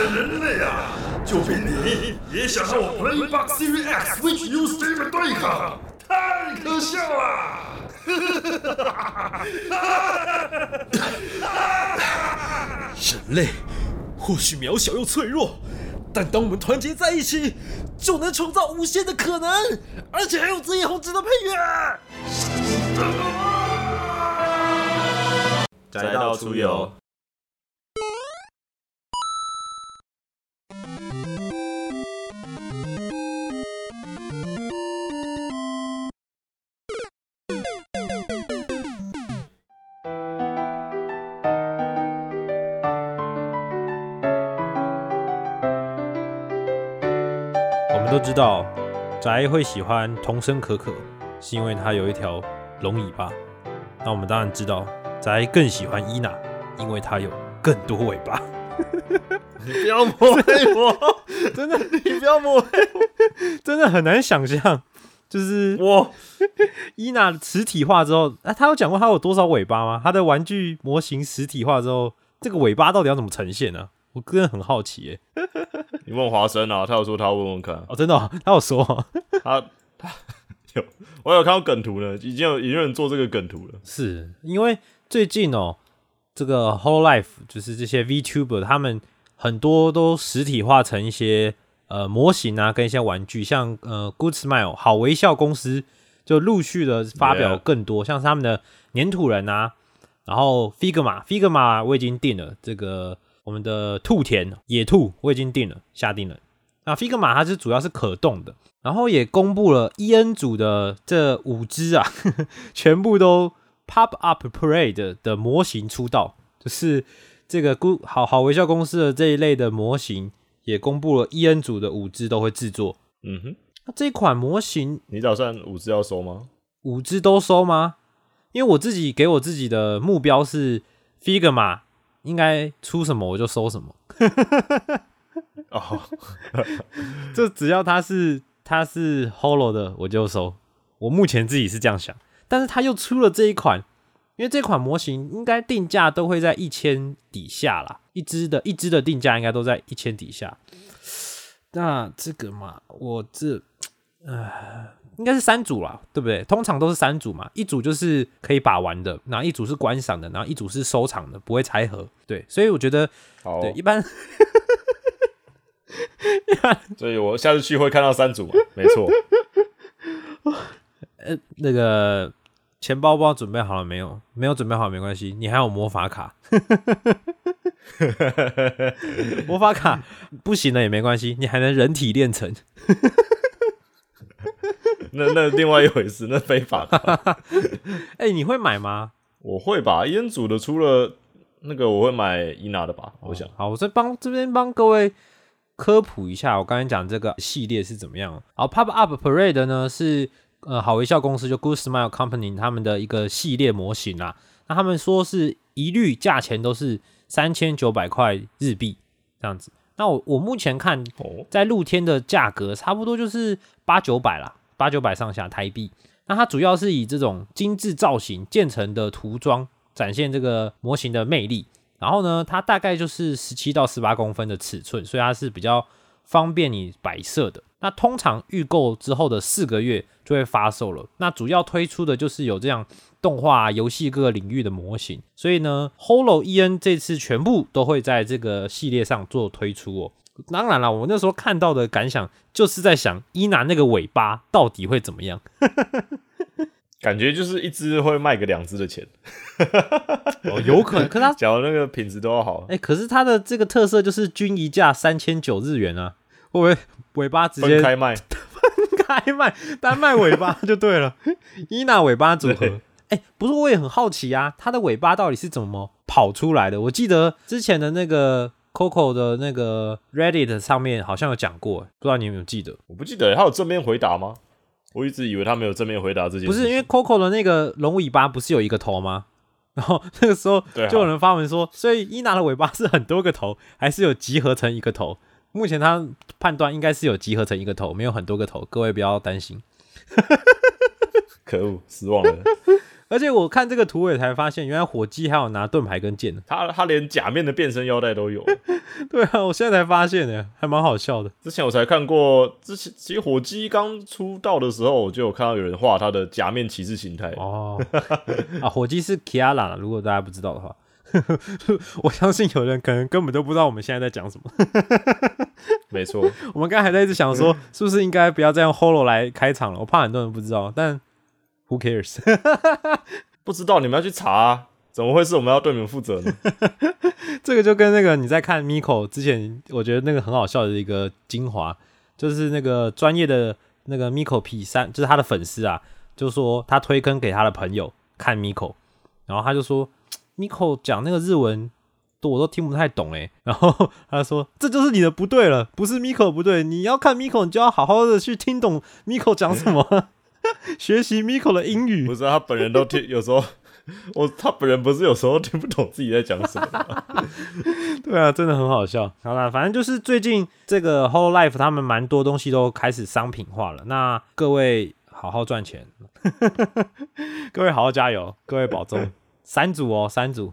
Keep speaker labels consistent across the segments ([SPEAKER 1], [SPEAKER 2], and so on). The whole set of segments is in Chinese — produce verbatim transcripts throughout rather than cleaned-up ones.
[SPEAKER 1] 人类啊！就凭你也想和我 Playbox Series X Switch Ustream 对抗，太可笑了！
[SPEAKER 2] 人类或许渺小又脆弱，但当我们团结在一起，就能创造无限的可能，而且还有这一红值的配乐。
[SPEAKER 3] 宅道出游。
[SPEAKER 4] 我们都知道，宅会喜欢童声可可，是因为它有一条龙尾巴。那我们当然知道，宅更喜欢伊娜，因为它有更多尾巴。
[SPEAKER 3] 你不要抹黑我，
[SPEAKER 4] 真的，
[SPEAKER 3] 你不要抹黑我，
[SPEAKER 4] 真的很难想象，就是
[SPEAKER 3] 我
[SPEAKER 4] 伊娜实体化之后，啊，他有讲过它有多少尾巴吗？他的玩具模型实体化之后，这个尾巴到底要怎么呈现呢、啊？我真的很好奇耶。
[SPEAKER 3] 你问华生啊，他有说他要问问看。
[SPEAKER 4] 哦，真的、哦，他有说、哦，
[SPEAKER 3] 他他有，我有看到梗图了，已经有已经有人做这个梗图了。
[SPEAKER 4] 是因为最近哦，这个 Hololive 就是这些 VTuber 他们很多都实体化成一些呃模型啊，跟一些玩具，像呃 Good Smile 好微笑公司就陆续的发表更多， yeah. 像是他们的粘土人啊，然后 Figma Figma 我已经定了，这个我们的兔田野兔我已经定了，下定了。那 Figma 它是主要是可动的，然后也公布了 E N 组的这五只啊，呵呵全部都 Pop Up Parade 的模型出道，就是这个好好微笑公司的这一类的模型也公布了 E N 组的五只都会制作。
[SPEAKER 3] 嗯哼，
[SPEAKER 4] 那这款模型
[SPEAKER 3] 你打算五只要收吗？
[SPEAKER 4] 五只都收吗？因为我自己给我自己的目标是 Figma 应该出什么我就收什么。
[SPEAKER 3] 哦，
[SPEAKER 4] 就只要它是它是 Holo 的我就收，我目前自己是这样想。但是它又出了这一款，因为这款模型应该定价都会在一千底下啦，一只的一只的定价应该都在一千底下。那这个嘛，我这呃应该是三组啦，对不对？通常都是三组嘛，一组就是可以把玩的，然后一组是观赏的，然后一组是收藏的，不会拆盒。对，所以我觉得，对，一般。
[SPEAKER 3] 所以我下次去会看到三组嘛，没错。
[SPEAKER 4] 呃，那个钱包包准备好了没有？没有准备好没关系，你还有魔法卡。魔法卡不行了也没关系，你还能人体炼成。
[SPEAKER 3] 那那另外一回事，那非法的。
[SPEAKER 4] 哎、欸，你会买吗？
[SPEAKER 3] 我会吧，烟组的除了那个，我会买伊娜的吧，我想。
[SPEAKER 4] 好，我再帮这边帮各位科普一下，我刚才讲这个系列是怎么样。好 ，Pop Up Parade 呢是呃好微笑公司就 Good Smile Company 他们的一个系列模型啦。那他们说是一律价钱都是三千九百块日币这样子。那我我目前看在露天的价格差不多就是八九百啦，八九百上下台币。那它主要是以这种精致造型建成的涂装展现这个模型的魅力。然后呢，它大概就是十七到十八公分的尺寸，所以它是比较方便你摆设的。那通常预购之后的四个月就会发售了。那主要推出的就是有这样动画、游戏各个领域的模型。所以呢 ，Holo E N 这次全部都会在这个系列上做推出哦。当然啦，我那时候看到的感想就是在想，伊娜那个尾巴到底会怎么样？
[SPEAKER 3] 感觉就是一只会卖个两只的钱。
[SPEAKER 4] 哦，有可能，可是它
[SPEAKER 3] 假如那个品质都要好，
[SPEAKER 4] 哎、欸，可是它的这个特色就是均一价三千九日元啊，会不会尾巴直接
[SPEAKER 3] 分开卖？
[SPEAKER 4] 分开卖，单卖尾巴就对了。伊娜尾巴组合，哎、欸，不是，我也很好奇啊，它的尾巴到底是怎么跑出来的？我记得之前的那个 Coco 的那个 Reddit 上面好像有讲过，不知道你有没有记得？
[SPEAKER 3] 我不记得，他有正面回答吗？我一直以为他没有正面回答这件事情。
[SPEAKER 4] 不是，因为 Coco 的那个龙尾巴不是有一个头吗？然后那个时候就有人发文说，所以伊娜的尾巴是很多个头，还是有集合成一个头？目前他判断应该是有集合成一个头，没有很多个头，各位不要担心。
[SPEAKER 3] 可恶，失望了。
[SPEAKER 4] 而且我看这个图，我也才发现，原来火鸡还有拿盾牌跟剑的。
[SPEAKER 3] 他他连假面的变身腰带都有。
[SPEAKER 4] 对啊，我现在才发现呢，还蛮好笑的。
[SPEAKER 3] 之前我才看过，之前其实火鸡刚出道的时候，我就有看到有人画他的假面骑士形态。
[SPEAKER 4] 哦，啊，火鸡是 Kiara， 如果大家不知道的话。我相信有人可能根本都不知道我们现在在讲什么。
[SPEAKER 3] 没错，
[SPEAKER 4] 我们刚才还在一直想说，是不是应该不要再用 Holo 来开场了？我怕很多人不知道，但 Who cares？
[SPEAKER 3] 不知道你们要去查啊，怎么会是我们要对你们负责呢？
[SPEAKER 4] 这个就跟那个你在看 Miko 之前，我觉得那个很好笑的一个精华，就是那个专业的那个 Miko P 三，就是他的粉丝啊，就说他推坑给他的朋友看 Miko， 然后他就说。Miko 讲那个日文我都听不太懂哎，然后他说这就是你的不对了，不是 Miko 不对，你要看 Miko 你就要好好的去听懂 Miko 讲什么，学习 Miko 的英语。
[SPEAKER 3] 不是他本人都听，有时候我他本人不是有时候听不懂自己在讲什么吗？
[SPEAKER 4] 对啊，真的很好笑。好啦，反正就是最近这个 Hololive 他们蛮多东西都开始商品化了，那各位好好赚钱，各位好好加油，各位保重。三组哦，三组。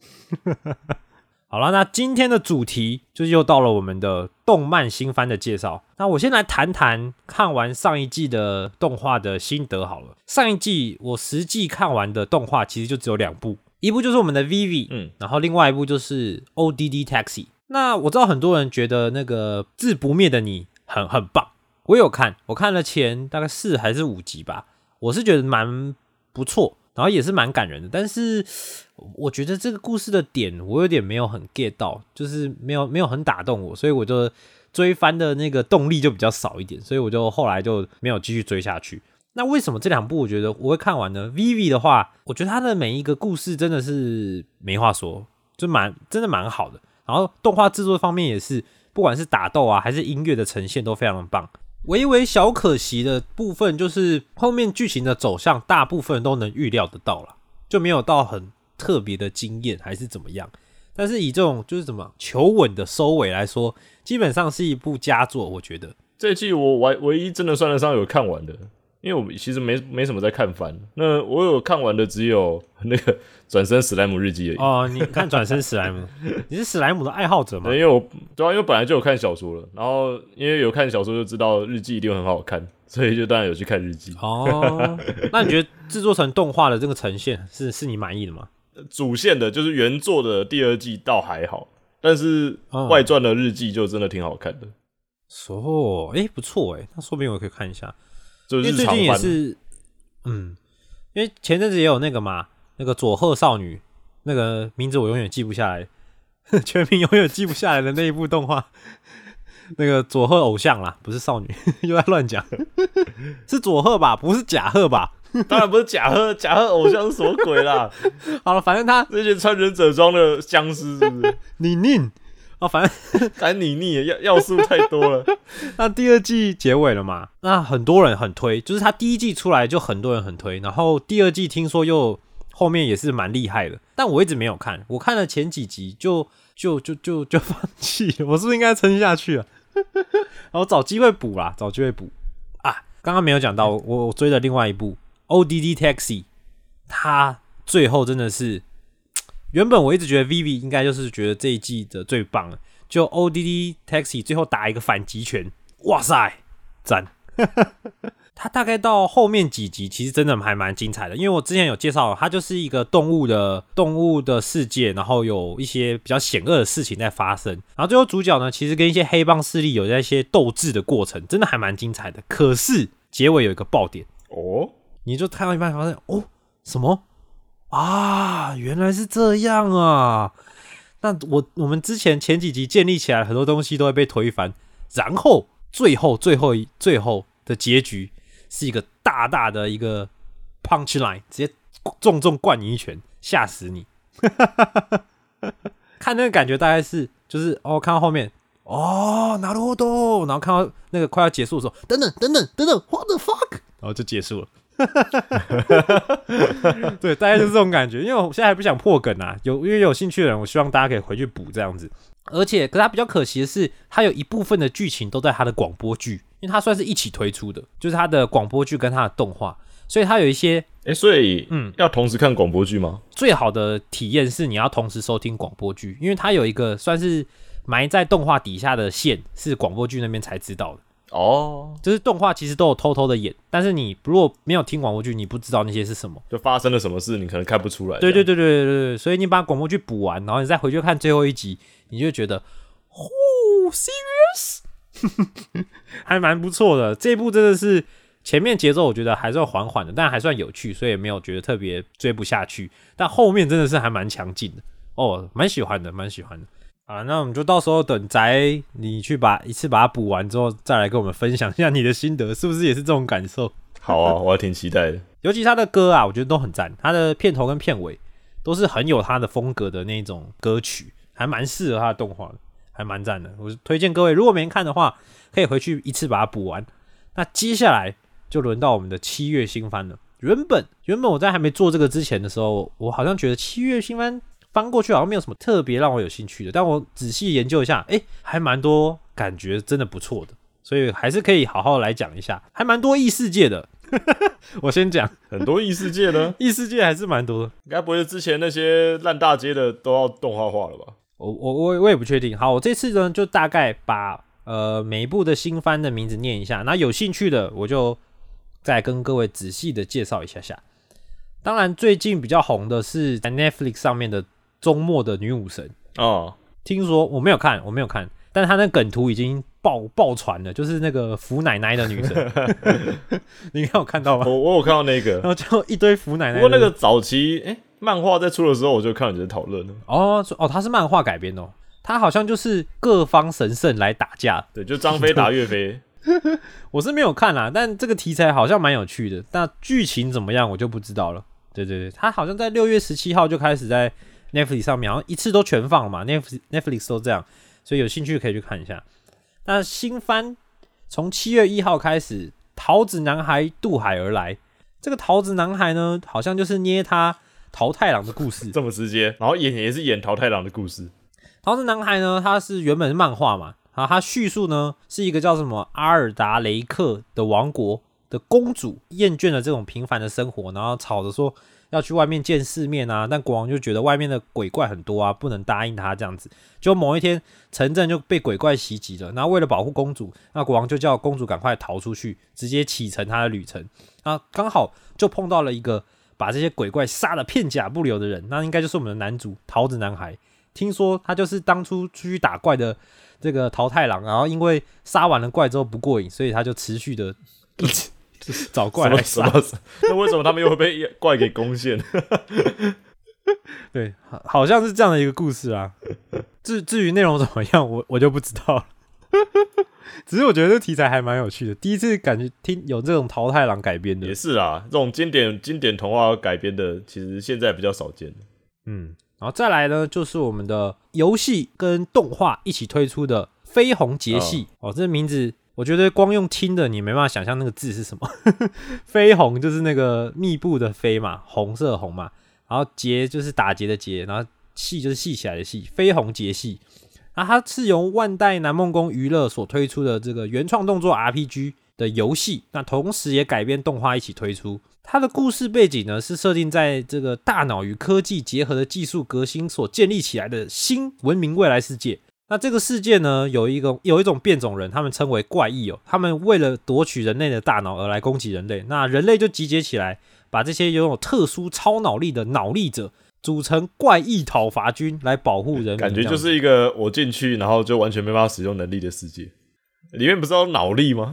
[SPEAKER 4] 好了，那今天的主题就是又到了我们的动漫新番的介绍。那我先来谈谈看完上一季的动画的心得好了。上一季我实际看完的动画其实就只有两部，一部就是我们的 Vivy， 嗯，然后另外一部就是 O D D Taxi。那我知道很多人觉得那个志不灭的你很很棒，我有看，我看了前大概四还是五集吧，我是觉得蛮不错。然后也是蛮感人的，但是我觉得这个故事的点我有点没有很 get 到，就是没有没有很打动我，所以我就追番的那个动力就比较少一点，所以我就后来就没有继续追下去。那为什么这两部我觉得我会看完呢 ？Vivy 的话，我觉得它的每一个故事真的是没话说，就蛮真的蛮好的。然后动画制作方面也是，不管是打斗啊还是音乐的呈现都非常的棒。微微小可惜的部分就是后面剧情的走向大部分都能预料得到啦，就没有到很特别的惊艳还是怎么样，但是以这种就是怎么求稳的收尾来说，基本上是一部佳作。我觉得
[SPEAKER 3] 这一季我唯唯一真的算得上有看完的，因为我其实没没什么在看番，那我有看完的只有那个转身史莱姆日记而已。
[SPEAKER 4] 哦，你看转身史莱姆，你是史莱姆的爱好者吗？
[SPEAKER 3] 对，因为我对啊，因为本来就有看小说了，然后因为有看小说就知道日记一定很好看，所以就当然有去看日记。
[SPEAKER 4] 哦，那你觉得制作成动画的这个呈现是是你满意的吗？
[SPEAKER 3] 主线的就是原作的第二季倒还好，但是外传的日记就真的挺好看的。
[SPEAKER 4] 哦，哎，不错哎，那说不定我可以看一下。
[SPEAKER 3] 就
[SPEAKER 4] 因为最近也是，嗯，因为前阵子也有那个嘛，那个佐贺少女，那个名字我永远记不下来，全名永远记不下来的那一部动画，那个佐贺偶像啦，不是少女，又在乱讲，是佐贺吧，不是甲贺吧？
[SPEAKER 3] 当然不是甲贺，甲贺偶像是什么鬼啦？
[SPEAKER 4] 好了，反正他
[SPEAKER 3] 那些穿忍者装的僵尸是不是？
[SPEAKER 4] 你宁。哦，反正
[SPEAKER 3] 干你腻要要素太多了。
[SPEAKER 4] 那第二季结尾了嘛？那很多人很推，就是他第一季出来就很多人很推，然后第二季听说又后面也是蛮厉害的，但我一直没有看，我看了前几集就就就就就放弃了，我是不是应该撑下去啊？然后找机会补啦，找机会补啊！刚刚没有讲到，我我追的另外一部 O D D Taxi， 它最后真的是。原本我一直觉得 Vivy 应该就是觉得这一季的最棒了，就 O D D Taxi 最后打一个反击拳，哇塞，赞！他大概到后面几集其实真的还蛮精彩的，因为我之前有介绍，它就是一个动物的动物的世界，然后有一些比较险恶的事情在发生，然后最后主角呢其实跟一些黑帮势力有在一些斗智的过程，真的还蛮精彩的。可是结尾有一个爆点哦，你就看到一半发现哦什么？啊，原来是这样啊！那我我们之前前几集建立起来很多东西都会被推翻，然后最后最后最后的结局是一个大大的一个 punch line， 直接重重灌你一拳，吓死你！看那个感觉大概是就是哦，看到后面哦，なるほど，然后看到那个快要结束的时候，等等等等等等 ，what the fuck， 然后就结束了。对，大概就是这种感觉。因为我现在还不想破梗啊，有因为有兴趣的人，我希望大家可以回去补这样子。而且，可是它比较可惜的是，它有一部分的剧情都在它的广播剧，因为它算是一起推出的，就是它的广播剧跟它的动画， 所以它有一些
[SPEAKER 3] 哎、欸，所以
[SPEAKER 4] 嗯
[SPEAKER 3] 要同时看广播剧吗？
[SPEAKER 4] 最好的体验是你要同时收听广播剧，因为它有一个算是埋在动画底下的线，是广播剧那边才知道的。
[SPEAKER 3] 哦，
[SPEAKER 4] 就是动画其实都有偷偷的演，但是你如果没有听广播剧，你不知道那些是什么，
[SPEAKER 3] 就发生了什么事，你可能看不出来。
[SPEAKER 4] 对对对对对对，所以你把广播剧补完，然后你再回去看最后一集，你就觉得，哦 ，serious， 还蛮不错的。这一部真的是前面节奏我觉得还算缓缓的，但还算有趣，所以也没有觉得特别追不下去。但后面真的是还蛮强劲的哦，蛮喜欢的，蛮喜欢的。啊，那我们就到时候等宅你去把一次把它补完之后，再来跟我们分享一下你的心得，是不是也是这种感受？
[SPEAKER 3] 好啊，我还挺期待的。
[SPEAKER 4] 尤其他的歌啊，我觉得都很赞，他的片头跟片尾都是很有他的风格的那种歌曲，还蛮适合他的动画的，还蛮赞的。我推荐各位，如果没人看的话，可以回去一次把它补完。那接下来就轮到我们的七月新番了。原本原本我在还没做这个之前的时候，我好像觉得七月新番翻过去好像没有什么特别让我有兴趣的，但我仔细研究一下，哎，还蛮多感觉真的不错的，所以还是可以好好来讲一下，还蛮多异世界的。我先讲，
[SPEAKER 3] 很多异世界呢，
[SPEAKER 4] 异世界还是蛮多的，
[SPEAKER 3] 应该不会是之前那些烂大街的都要动画化了吧？
[SPEAKER 4] 我我我我也不确定。好，我这次呢就大概把呃每一部的新番的名字念一下，那有兴趣的我就再跟各位仔细的介绍一下下。当然，最近比较红的是在 Netflix 上面的《周末的女武神》
[SPEAKER 3] 哦，
[SPEAKER 4] 听说我没有看，我没有看，但是他那梗图已经爆爆传了，就是那个扶奶奶的女神，你应该有看到吧？
[SPEAKER 3] 我我有看到那个，
[SPEAKER 4] 然后就一堆扶奶奶。
[SPEAKER 3] 不过那个早期哎、欸、漫画在出的时候，我就看人家讨论了。
[SPEAKER 4] 哦哦，它是漫画改编哦，它好像就是各方神圣来打架，
[SPEAKER 3] 对，就张飞打岳飞。
[SPEAKER 4] 我是没有看啦，但这个题材好像蛮有趣的，那剧情怎么样我就不知道了。对对对，它好像在六月十七号就开始在 Netflix 上面，好像一次都全放了嘛 ，Netflix Netflix 都这样，所以有兴趣可以去看一下。那新番从七月一号开始，桃子男孩渡海而来。这个桃子男孩呢，好像就是捏他桃太郎的故事，
[SPEAKER 3] 这么直接，然后演也是演桃太郎的故事。
[SPEAKER 4] 桃子男孩呢，他是原本是漫画嘛，然后他叙述呢是一个叫什么阿尔达雷克的王国的公主，厌倦了这种平凡的生活，然后吵着说要去外面见世面啊，但国王就觉得外面的鬼怪很多啊，不能答应他这样子。就某一天，城镇就被鬼怪袭击了，然后为了保护公主，那国王就叫公主赶快逃出去，直接启程他的旅程。啊，刚好就碰到了一个把这些鬼怪杀得片甲不留的人，那应该就是我们的男主桃子男孩。听说他就是当初出去打怪的这个桃太郎，然后因为杀完了怪之后不过瘾，所以他就持续的一直找怪来杀。
[SPEAKER 3] 那为什么他们又会被怪给攻陷？
[SPEAKER 4] 对，好像是这样的一个故事啊。至至于内容怎么样，我我就不知道了。只是我觉得这题材还蛮有趣的，第一次感觉听有这种桃太郎改编的。
[SPEAKER 3] 也是啊，这种经典经典童话改编的，其实现在比较少见。
[SPEAKER 4] 嗯，然后再来呢，就是我们的游戏跟动画一起推出的《绯红节系》哦，这个名字我觉得光用听的你没办法想象那个字是什么。绯红就是那个密布的绯嘛，红色红嘛，然后节就是打结的结，然后系就是系起来的系，绯红节系。那它是由万代南梦宫娱乐所推出的这个原创动作 R P G 的游戏，那同时也改编动画一起推出。它的故事背景呢是设定在这个大脑与科技结合的技术革新所建立起来的新文明未来世界。那这个世界呢有一个有一种变种人，他们称为怪异哦，他们为了夺取人类的大脑而来攻击人类，那人类就集结起来，把这些拥有特殊超脑力的脑力者组成怪异讨伐军来保护人民，
[SPEAKER 3] 感觉就是一个我进去然后就完全没办法使用能力的世界。里面不是有脑力吗？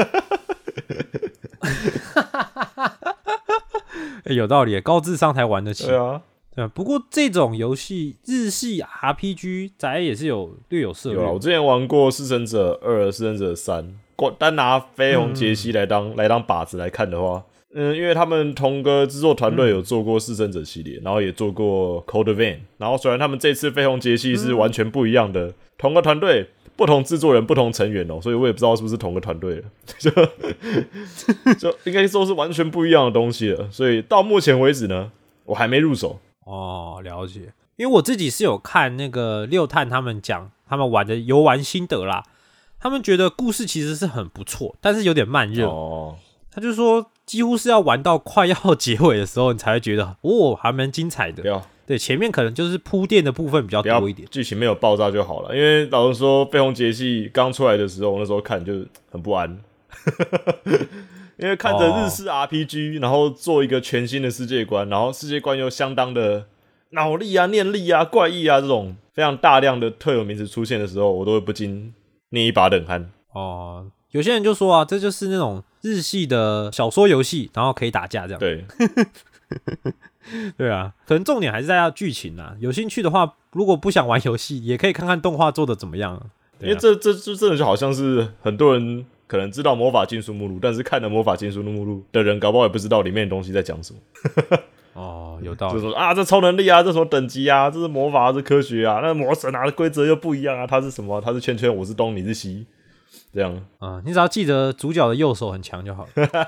[SPEAKER 4] 欸、有道理，高智商才玩得起。
[SPEAKER 3] 对啊，
[SPEAKER 4] 对啊。不过这种游戏日系 R P G 宅也是有略有涉猎。
[SPEAKER 3] 有啊，我之前玩过《弑神者二》《弑神者三》，单拿绯红杰西来当、嗯、来当靶子来看的话，嗯，因为他们同个制作团队有做过《弑神者》系列，然后也做过 Code Vein， 然后虽然他们这次绯红杰西是完全不一样的，嗯、同个团队。不同制作人、不同成员哦，所以我也不知道是不是同个团队了，就就应该说是完全不一样的东西了。所以到目前为止呢，我还没入手。
[SPEAKER 4] 哦，了解。因为我自己是有看那个六探他们讲他们玩的游玩心得啦，他们觉得故事其实是很不错，但是有点慢热。
[SPEAKER 3] 哦，
[SPEAKER 4] 他就说几乎是要玩到快要结尾的时候，你才会觉得哦，还蛮精彩的。
[SPEAKER 3] 不要，
[SPEAKER 4] 对，前面可能就是铺垫的部分比较多一点，
[SPEAKER 3] 剧情没有爆炸就好了。因为老实说，绯红节气刚出来的时候，我那时候看就很不安，因为看着日式 R P G，、哦、然后做一个全新的世界观，然后世界观又相当的脑力啊、念力啊、怪异啊这种非常大量的特有名词出现的时候，我都会不禁捏一把冷汗。
[SPEAKER 4] 哦，有些人就说啊，这就是那种日系的小说游戏，然后可以打架这样。
[SPEAKER 3] 对。
[SPEAKER 4] 对啊，可能重点还是在剧情啊。有兴趣的话，如果不想玩游戏，也可以看看动画做的怎么样、啊。
[SPEAKER 3] 因为这这这真的就好像是很多人可能知道魔法禁书目录，但是看了魔法禁书目录的人，搞不好也不知道里面的东西在讲什么。
[SPEAKER 4] 哦，有道理。
[SPEAKER 3] 就是说啊，这超能力啊，这什么等级啊，这是魔法，这是科学啊，那魔神啊，规则又不一样啊，他是什么？他是圈圈，我是东，你是西。这样，
[SPEAKER 4] 嗯，你只要记得主角的右手很强就好了。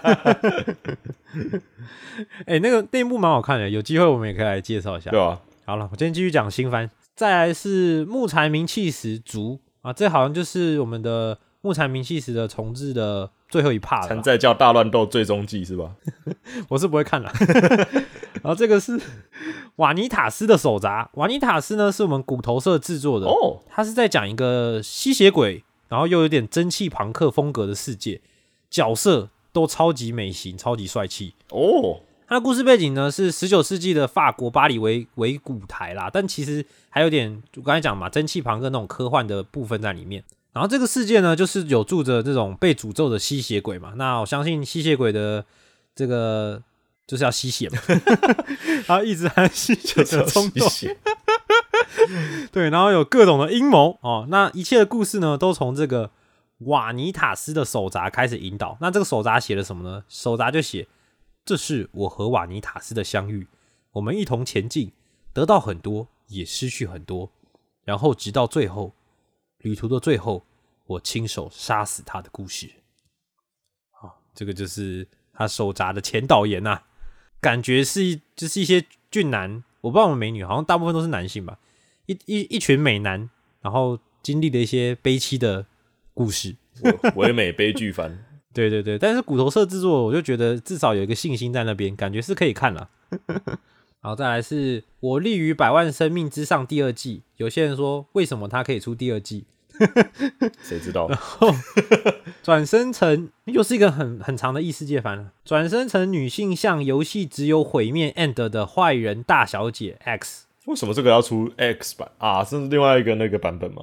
[SPEAKER 4] 哎、欸，那个那一部蛮好看的，有机会我们也可以来介绍一下。
[SPEAKER 3] 对啊，
[SPEAKER 4] 好了，我今天继续讲新番。再来是木材名气石族啊，这好像就是我们的木材名气石的重置的最后一 part 了。
[SPEAKER 3] 参赛叫大乱斗最终季是吧？
[SPEAKER 4] 我是不会看了。然后这个是瓦尼塔斯的手札，瓦尼塔斯呢是我们骨头社制作的哦，他是在讲一个吸血鬼。然后又有点蒸汽朋克风格的世界，角色都超级美型、超级帅气哦。它的故事背景呢是十九世纪的法国巴黎为为舞台啦，但其实还有点我刚才讲嘛，蒸汽朋克那种科幻的部分在里面。然后这个世界呢，就是有住着这种被诅咒的吸血鬼嘛。那我相信吸血鬼的这个就是要吸血嘛，然后一直还吸血的冲动。对，然后有各种的阴谋哦。那一切的故事呢，都从这个瓦尼塔斯的手札开始引导。那这个手札写了什么呢？手札就写：这是我和瓦尼塔斯的相遇，我们一同前进，得到很多，也失去很多，然后直到最后，旅途的最后，我亲手杀死他的故事。好、哦，这个就是他手札的前导言呐、啊，感觉是就是一些俊男，我不知道我们美女，好像大部分都是男性吧。一一一群美男，然后经历了一些悲戚的故事，
[SPEAKER 3] 唯美悲剧番。
[SPEAKER 4] 对对对，但是骨头社制作，我就觉得至少有一个信心在那边，感觉是可以看了。然后再来是我立于百万生命之上第二季，有些人说为什么它可以出第二季？
[SPEAKER 3] 谁知道？
[SPEAKER 4] 然后转生成又是一个很很长的异世界番了，转生成女性向游戏只有毁灭 end 的坏人大小姐 X。
[SPEAKER 3] 为什么这个要出 X 版啊？这是另外一个那个版本吗？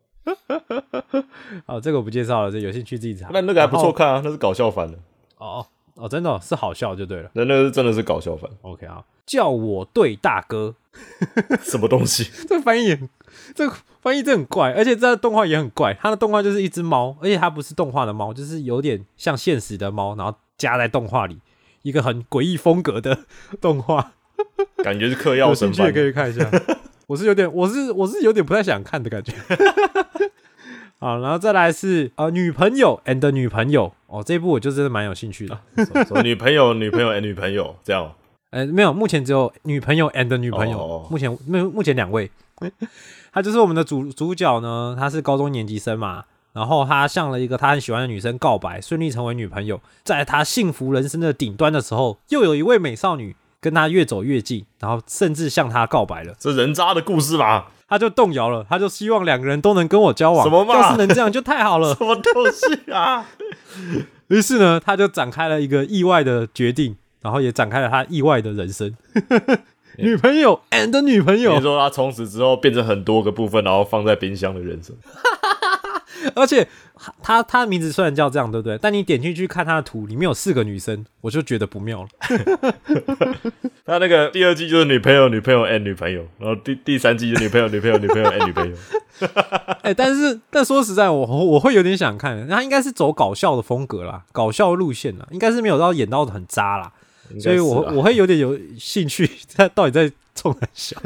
[SPEAKER 4] 哦，这个我不介绍了，这有兴趣自己查。
[SPEAKER 3] 那那个还不错看啊，那是搞笑番的。
[SPEAKER 4] 哦哦，真的、哦、是好笑就对了。
[SPEAKER 3] 那那个真的是搞笑番。
[SPEAKER 4] OK 啊，叫我对大哥，
[SPEAKER 3] 什么东西？
[SPEAKER 4] 这个翻译也，这个翻译真的很怪，而且这个动画也很怪。它的动画就是一只猫，而且它不是动画的猫，就是有点像现实的猫，然后加在动画里，一个很诡异风格的动画。
[SPEAKER 3] 感觉是嗑药神番，
[SPEAKER 4] 有兴趣也可以看一下。我是有点，我是我是有点不太想看的感觉。好，然后再来是呃女朋友 and 女朋友哦，这一部我就真的蛮有兴趣的。
[SPEAKER 3] 什么女朋友、女朋友 and 女朋友这样？
[SPEAKER 4] 呃，没有，目前只有女朋友 and 女朋友，哦、目前目前两位。他就是我们的主主角呢，他是高中年级生嘛，然后他向了一个他很喜欢的女生告白，顺利成为女朋友。在他幸福人生的顶端的时候，又有一位美少女跟他越走越近，然后甚至向他告白了。
[SPEAKER 3] 这人渣的故事吧？
[SPEAKER 4] 他就动摇了，他就希望两个人都能跟我交往。
[SPEAKER 3] 什么嘛？
[SPEAKER 4] 要是能这样就太好了。
[SPEAKER 3] 什么东西啊？
[SPEAKER 4] 于是呢，他就展开了一个意外的决定，然后也展开了他意外的人生。女朋友 and 女朋友，
[SPEAKER 3] 你说他从此之后变成很多个部分，然后放在冰箱的人生。
[SPEAKER 4] 而且他他的名字虽然叫这样，对不对？但你点进去看他的图，里面有四个女生，我就觉得不妙了。
[SPEAKER 3] 他那个第二季就是女朋友、女朋友 and 女朋友，然后第第三季就女朋友、女朋友、女朋友 and 女朋友。
[SPEAKER 4] 哎、欸，但是但说实在我，我我会有点想看，他应该是走搞笑的风格啦，搞笑路线啦，应该是没有到演到很渣啦，所以我我会有点有兴趣，他到底在冲很小。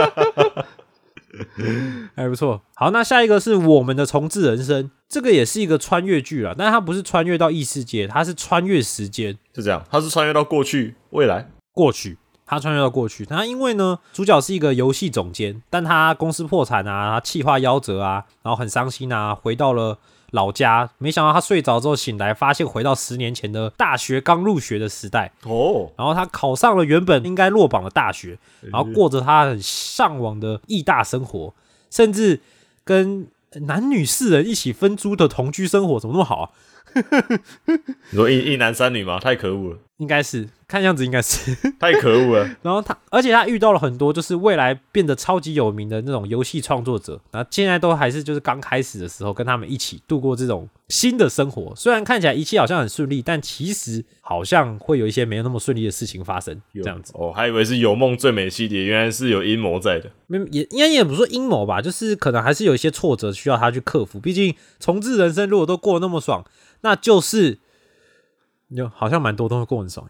[SPEAKER 4] 还不错。好，那下一个是我们的重置人生，这个也是一个穿越剧啦，但它不是穿越到异世界，它是穿越时间，
[SPEAKER 3] 就这样，它是穿越到过去、未来、
[SPEAKER 4] 过去， 他穿越到过去。他因为呢，主角是一个游戏总监，但他公司破产啊，他企划夭折啊，然后很伤心啊，回到了老家。没想到他睡着之后醒来，发现回到十年前的大学刚入学的时代哦。然后他考上了原本应该落榜的大学，然后过着他很向往的义大生活，甚至跟男女四人一起分租的同居生活，怎么那么好啊？
[SPEAKER 3] 你说一一男三女吗？太可恶了，
[SPEAKER 4] 应该是，看样子应该是
[SPEAKER 3] 太可恶了。
[SPEAKER 4] 然后他，而且他遇到了很多就是未来变得超级有名的那种游戏创作者，然后现在都还是就是刚开始的时候，跟他们一起度过这种新的生活。虽然看起来一切好像很顺利，但其实好像会有一些没有那么顺利的事情发生，这样子。
[SPEAKER 3] 哦，还以为是有梦最美系列，原来是有阴谋在的。
[SPEAKER 4] 也应该也不是说阴谋吧，就是可能还是有一些挫折需要他去克服。毕竟重置人生如果都过得那么爽，那就是有好像蛮多东西过很爽。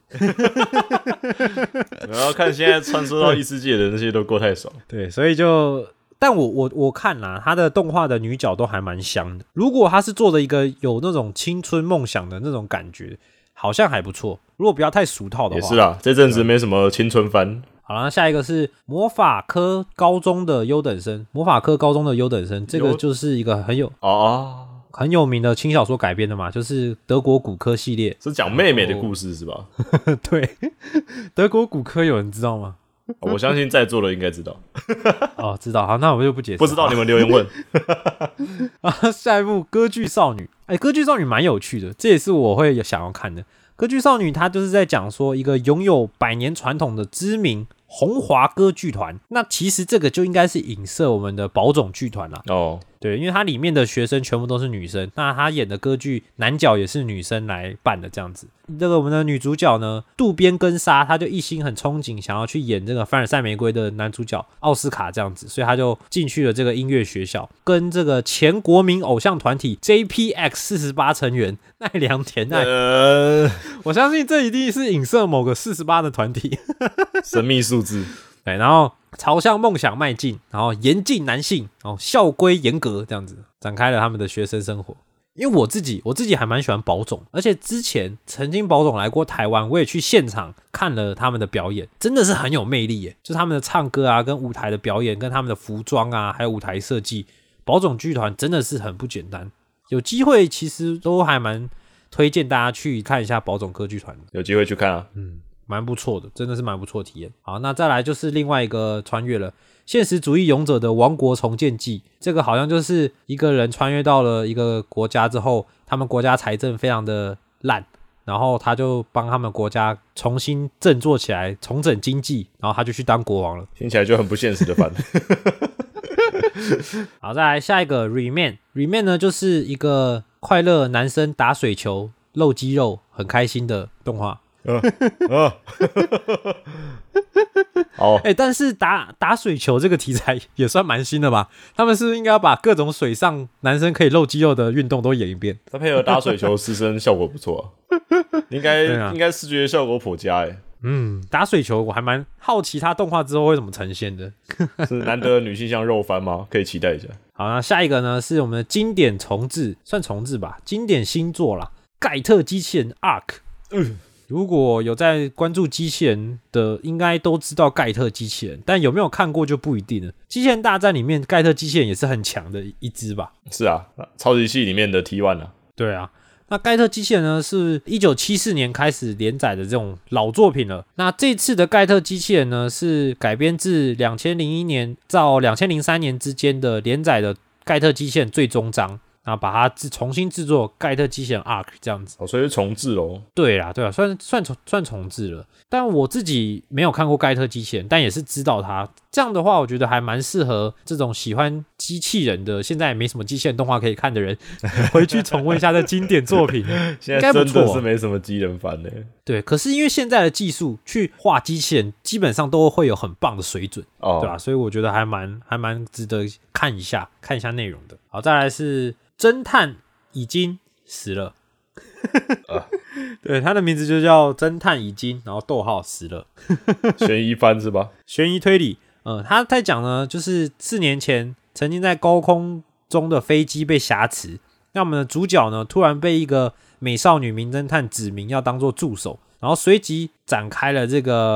[SPEAKER 3] 然后看现在穿梭到异世界的那些都过太爽。
[SPEAKER 4] 对，所以就，但我我我看啦，他的动画的女角都还蛮香的。如果他是做的一个有那种青春梦想的那种感觉，好像还不错。如果不要太俗套的话，
[SPEAKER 3] 也是啊，这阵子没什么青春番。
[SPEAKER 4] 好了，下一个是魔法科高中的优等生，魔法科高中的优等生，这个就是一个很有
[SPEAKER 3] 哦
[SPEAKER 4] 很有名的轻小说改编的嘛，就是德国骨科系列，
[SPEAKER 3] 是讲妹妹的故事是吧？
[SPEAKER 4] 对，德国骨科有人知道吗？
[SPEAKER 3] 哦、我相信在座的应该知道。
[SPEAKER 4] 哦，知道，好，那我就不解释。
[SPEAKER 3] 不知道你们留言问。
[SPEAKER 4] 啊，下一部歌剧少女，哎、欸，歌剧少女蛮有趣的，这也是我会想要看的。歌剧少女它就是在讲说一个拥有百年传统的知名红华歌剧团，那其实这个就应该是影射我们的宝冢剧团啦。哦，对，因为它里面的学生全部都是女生，那他演的歌剧男角也是女生来扮的这样子。这个我们的女主角呢，渡边根沙，她就一心很憧憬想要去演这个凡尔赛玫瑰的男主角奥斯卡这样子，所以她就进去了这个音乐学校，跟这个前国民偶像团体 J P X 四十八成员奈良田奈，呃，我相信这一定是影射某个四十八的团体，
[SPEAKER 3] 神秘数字。
[SPEAKER 4] 对，然后朝向梦想迈进，然后严禁男性，然后校规严格，这样子展开了他们的学生生活。因为我自己我自己还蛮喜欢宝冢，而且之前曾经宝冢来过台湾，我也去现场看了他们的表演，真的是很有魅力耶！就是他们的唱歌啊，跟舞台的表演，跟他们的服装啊，还有舞台设计，宝冢剧团真的是很不简单。有机会其实都还蛮推荐大家去看一下宝冢歌剧团，
[SPEAKER 3] 有机会去看啊，
[SPEAKER 4] 嗯。蛮不错的，真的是蛮不错的体验。好，那再来就是另外一个穿越了，现实主义勇者的王国重建记。这个好像就是一个人穿越到了一个国家之后，他们国家财政非常的烂，然后他就帮他们国家重新振作起来，重整经济，然后他就去当国王了。
[SPEAKER 3] 听起来就很不现实的番。
[SPEAKER 4] 好，再来下一个 Remain。Remain 呢，就是一个快乐男生打水球、露肌肉、很开心的动画。呃呃，好，哎、欸，但是打打水球这个题材也算蛮新的吧？他们是不是应该要把各种水上男生可以露肌肉的运动都演一遍？
[SPEAKER 3] 他配合打水球失身效果不错、啊，应该、啊、应该视觉效果颇佳哎。
[SPEAKER 4] 嗯，打水球我还蛮好奇他动画之后会怎么呈现的。
[SPEAKER 3] 是难得的女性向肉番吗？可以期待一下。
[SPEAKER 4] 好，那下一个呢是我们的经典重置，算重置吧，经典新作啦，盖特机器人 Arc。嗯。如果有在关注机器人的，应该都知道盖特机器人，但有没有看过就不一定了。机器人大战里面，盖特机器人也是很强的一支吧？
[SPEAKER 3] 是啊，超级系里面的 T 一 啊。
[SPEAKER 4] 对啊，那盖特机器人呢，是一九七四年开始连载的这种老作品了。那这次的盖特机器人呢，是改编自二零零一年到二零零三年之间的连载的盖特机器人最终章。然后把它重新制作盖特机器人 Arc 这样子，
[SPEAKER 3] 哦，所以是重置咯。
[SPEAKER 4] 对啦，对啦，算算重算重置了。但我自己没有看过盖特机器人，但也是知道它。这样的话，我觉得还蛮适合这种喜欢机器人的，现在也没什么机器人动画可以看的人，回去重温一下这经典作品。
[SPEAKER 3] 现在真的是没什么机器人番呢。
[SPEAKER 4] 对，可是因为现在的技术去画机器人，基本上都会有很棒的水准，哦、对吧？所以我觉得还蛮还蛮值得看一下，看一下内容的。好，再来是。侦探已经死了，啊、对，他的名字就叫侦探已经，然后逗号死了，
[SPEAKER 3] 悬疑番是吧？
[SPEAKER 4] 悬疑推理，嗯，他在讲呢，就是四年前曾经在高空中的飞机被挟持，那我们的主角呢，突然被一个美少女名侦探指名要当做助手，然后随即展开了这个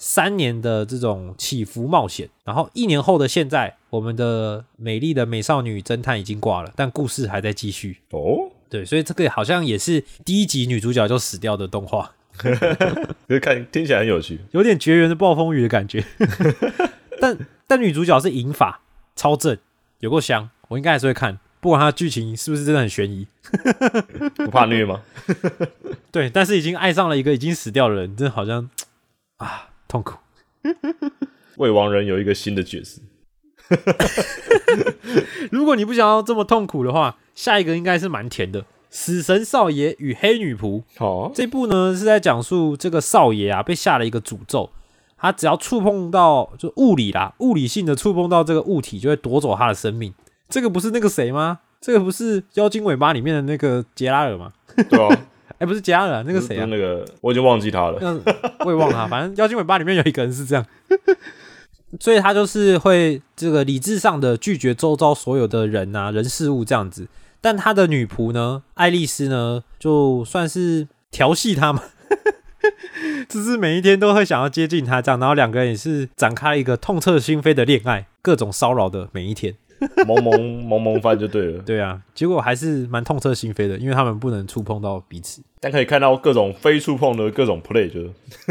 [SPEAKER 4] 三年的这种起伏冒险，然后一年后的现在，我们的美丽的美少女侦探已经挂了，但故事还在继续。
[SPEAKER 3] 哦，
[SPEAKER 4] 对，所以这个好像也是第一集女主角就死掉的动画，
[SPEAKER 3] 可是看听起来很有趣，
[SPEAKER 4] 有点绝缘的暴风雨的感觉。但但女主角是银发，超正，有够香，我应该还是会看，不管它的剧情是不是真的很悬疑。
[SPEAKER 3] 不怕虐吗？
[SPEAKER 4] 对，但是已经爱上了一个已经死掉的人，真的好像啊痛苦。
[SPEAKER 3] 未亡人有一个新的角色。
[SPEAKER 4] 如果你不想要这么痛苦的话，下一个应该是蛮甜的。死神少爷与黑女仆，
[SPEAKER 3] 哦，
[SPEAKER 4] 这部呢是在讲述这个少爷啊被下了一个诅咒，他只要触碰到就物理啦，物理性的触碰到这个物体，就会夺走他的生命。这个不是那个谁吗？这个不是妖精尾巴里面的那个杰拉尔吗？
[SPEAKER 3] 对啊，
[SPEAKER 4] 哎、欸，不是杰拉尔、啊，那个谁啊？
[SPEAKER 3] 那个我已经忘记他了。
[SPEAKER 4] 我也忘了他，反正妖精尾巴里面有一个人是这样。所以他就是会这个理智上的拒绝周遭所有的人啊、人事物这样子，但他的女仆呢，爱丽丝呢，就算是调戏他嘛，就是每一天都会想要接近他这样，然后两个人也是展开了一个痛彻心扉的恋爱，各种骚扰的每一天，
[SPEAKER 3] 萌萌萌萌番就对了。
[SPEAKER 4] 对啊，结果还是蛮痛彻心扉的，因为他们不能触碰到彼此，
[SPEAKER 3] 但可以看到各种非触碰的各种 play， 就是。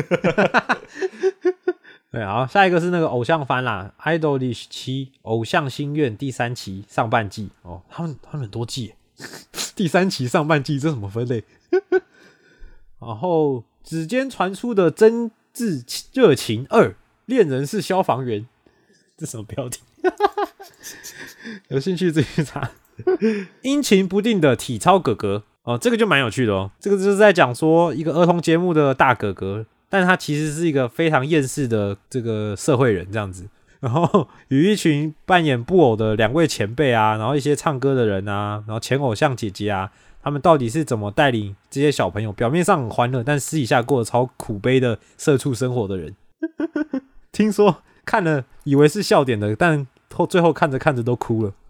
[SPEAKER 4] 对，好，下一个是那个偶像番啦，《Idolish 七偶像心愿》第三期上半季哦，他们他们很多季耶，第三期上半季这什么分类？然后指尖传出的真挚热情二，恋人是消防员，这什么标题？有兴趣自己去查。阴晴不定的体操哥哥哦，这个就蛮有趣的哦，这个就是在讲说一个儿童节目的大哥哥。但他其实是一个非常厌世的这个社会人这样子，然后与一群扮演布偶的两位前辈啊，然后一些唱歌的人啊，然后前偶像姐姐啊，他们到底是怎么带领这些小朋友表面上很欢乐，但私底下过得超苦悲的社畜生活的人？听说看了以为是笑点的，但最后看着看着都哭了。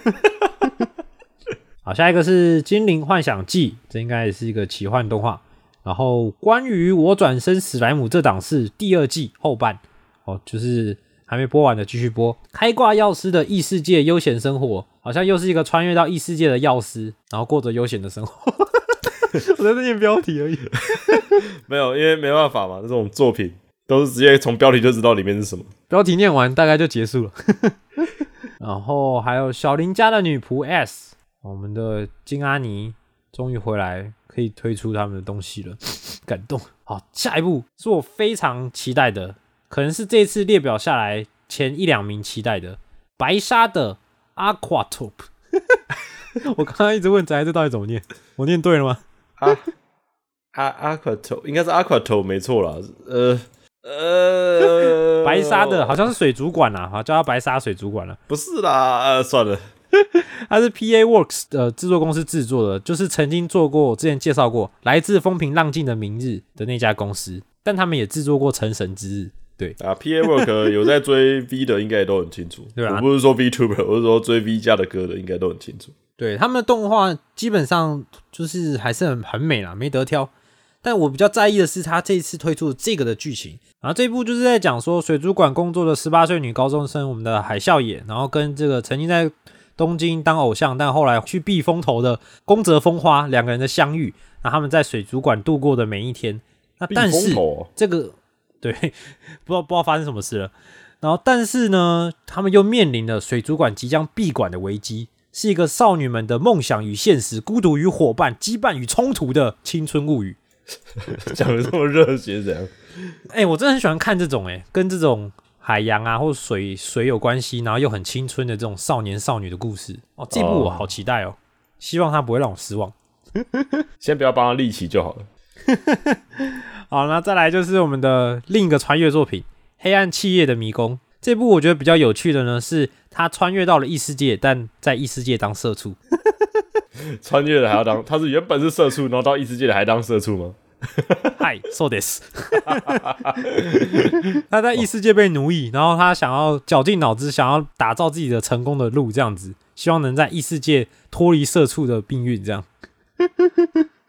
[SPEAKER 4] 好，下一个是《精灵幻想记》，这应该也是一个奇幻动画。然后关于我转生史莱姆这档是第二季后半哦，就是还没播完的继续播。开挂药师的异世界悠闲生活，好像又是一个穿越到异世界的药师，然后过着悠闲的生活。我在这念标题而已。
[SPEAKER 3] 没有，因为没办法嘛，这种作品都是直接从标题就知道里面是什么。
[SPEAKER 4] 标题念完大概就结束了。然后还有小林家的女仆 S， 我们的金阿尼终于回来。可以推出他们的东西了，感动。好，下一部是我非常期待的，可能是这一次列表下来前一两名期待的，白沙的 Aquatop。我刚刚一直问宅这到底怎么念，我念对了吗？
[SPEAKER 3] 啊啊 Aquatop 应该是 Aquatop 没错啦，呃呃，
[SPEAKER 4] 白沙的好像是水族馆啦，好叫它白沙水族馆啦，
[SPEAKER 3] 不是啦，呃，算了。
[SPEAKER 4] 它是 P A Works 的制作公司制作的，就是曾经做过，我之前介绍过来自风平浪静的明日的那家公司，但他们也制作过成神之日。对
[SPEAKER 3] 啊 ，P A Works 有在追 V 的，应该也都很清楚。
[SPEAKER 4] 对啊，
[SPEAKER 3] 我不是说 VTuber， 我是说追 V 家的歌的，应该都很清楚。
[SPEAKER 4] 对，他们的动画基本上就是还是很很美啦，没得挑。但我比较在意的是他这一次推出的这个的剧情，然后这一部就是在讲说水族馆工作的十八岁女高中生，我们的海啸野，然后跟这个曾经在东京当偶像，但后来去避风头的宫泽风花两个人的相遇，然后他们在水族馆度过的每一天。那但是这个对不知道不知道发生什么事了。然后但是呢，他们又面临了水族馆即将闭馆的危机，是一个少女们的梦想与现实、孤独与伙伴、羁绊与冲突的青春物语。
[SPEAKER 3] 讲得这么热血，怎样？
[SPEAKER 4] 哎、欸，我真的很喜欢看这种哎、欸，跟这种海洋啊或水水有关系，然后又很青春的这种少年少女的故事哦，这部我好期待哦，希望他不会让我失望。
[SPEAKER 3] 先不要帮他立起就好了。
[SPEAKER 4] 好，那再来就是我们的另一个穿越作品《黑暗企业的迷宫》。这部我觉得比较有趣的呢，是他穿越到了异世界，但在异世界当社畜。
[SPEAKER 3] 穿越了还要当，他是原本是社畜，然后到异世界的还当社畜吗？
[SPEAKER 4] 嗨，so this。他在异世界被奴役，然后他想要绞尽脑汁，想要打造自己的成功的路，这样子，希望能在异世界脱离社畜的命运，这样。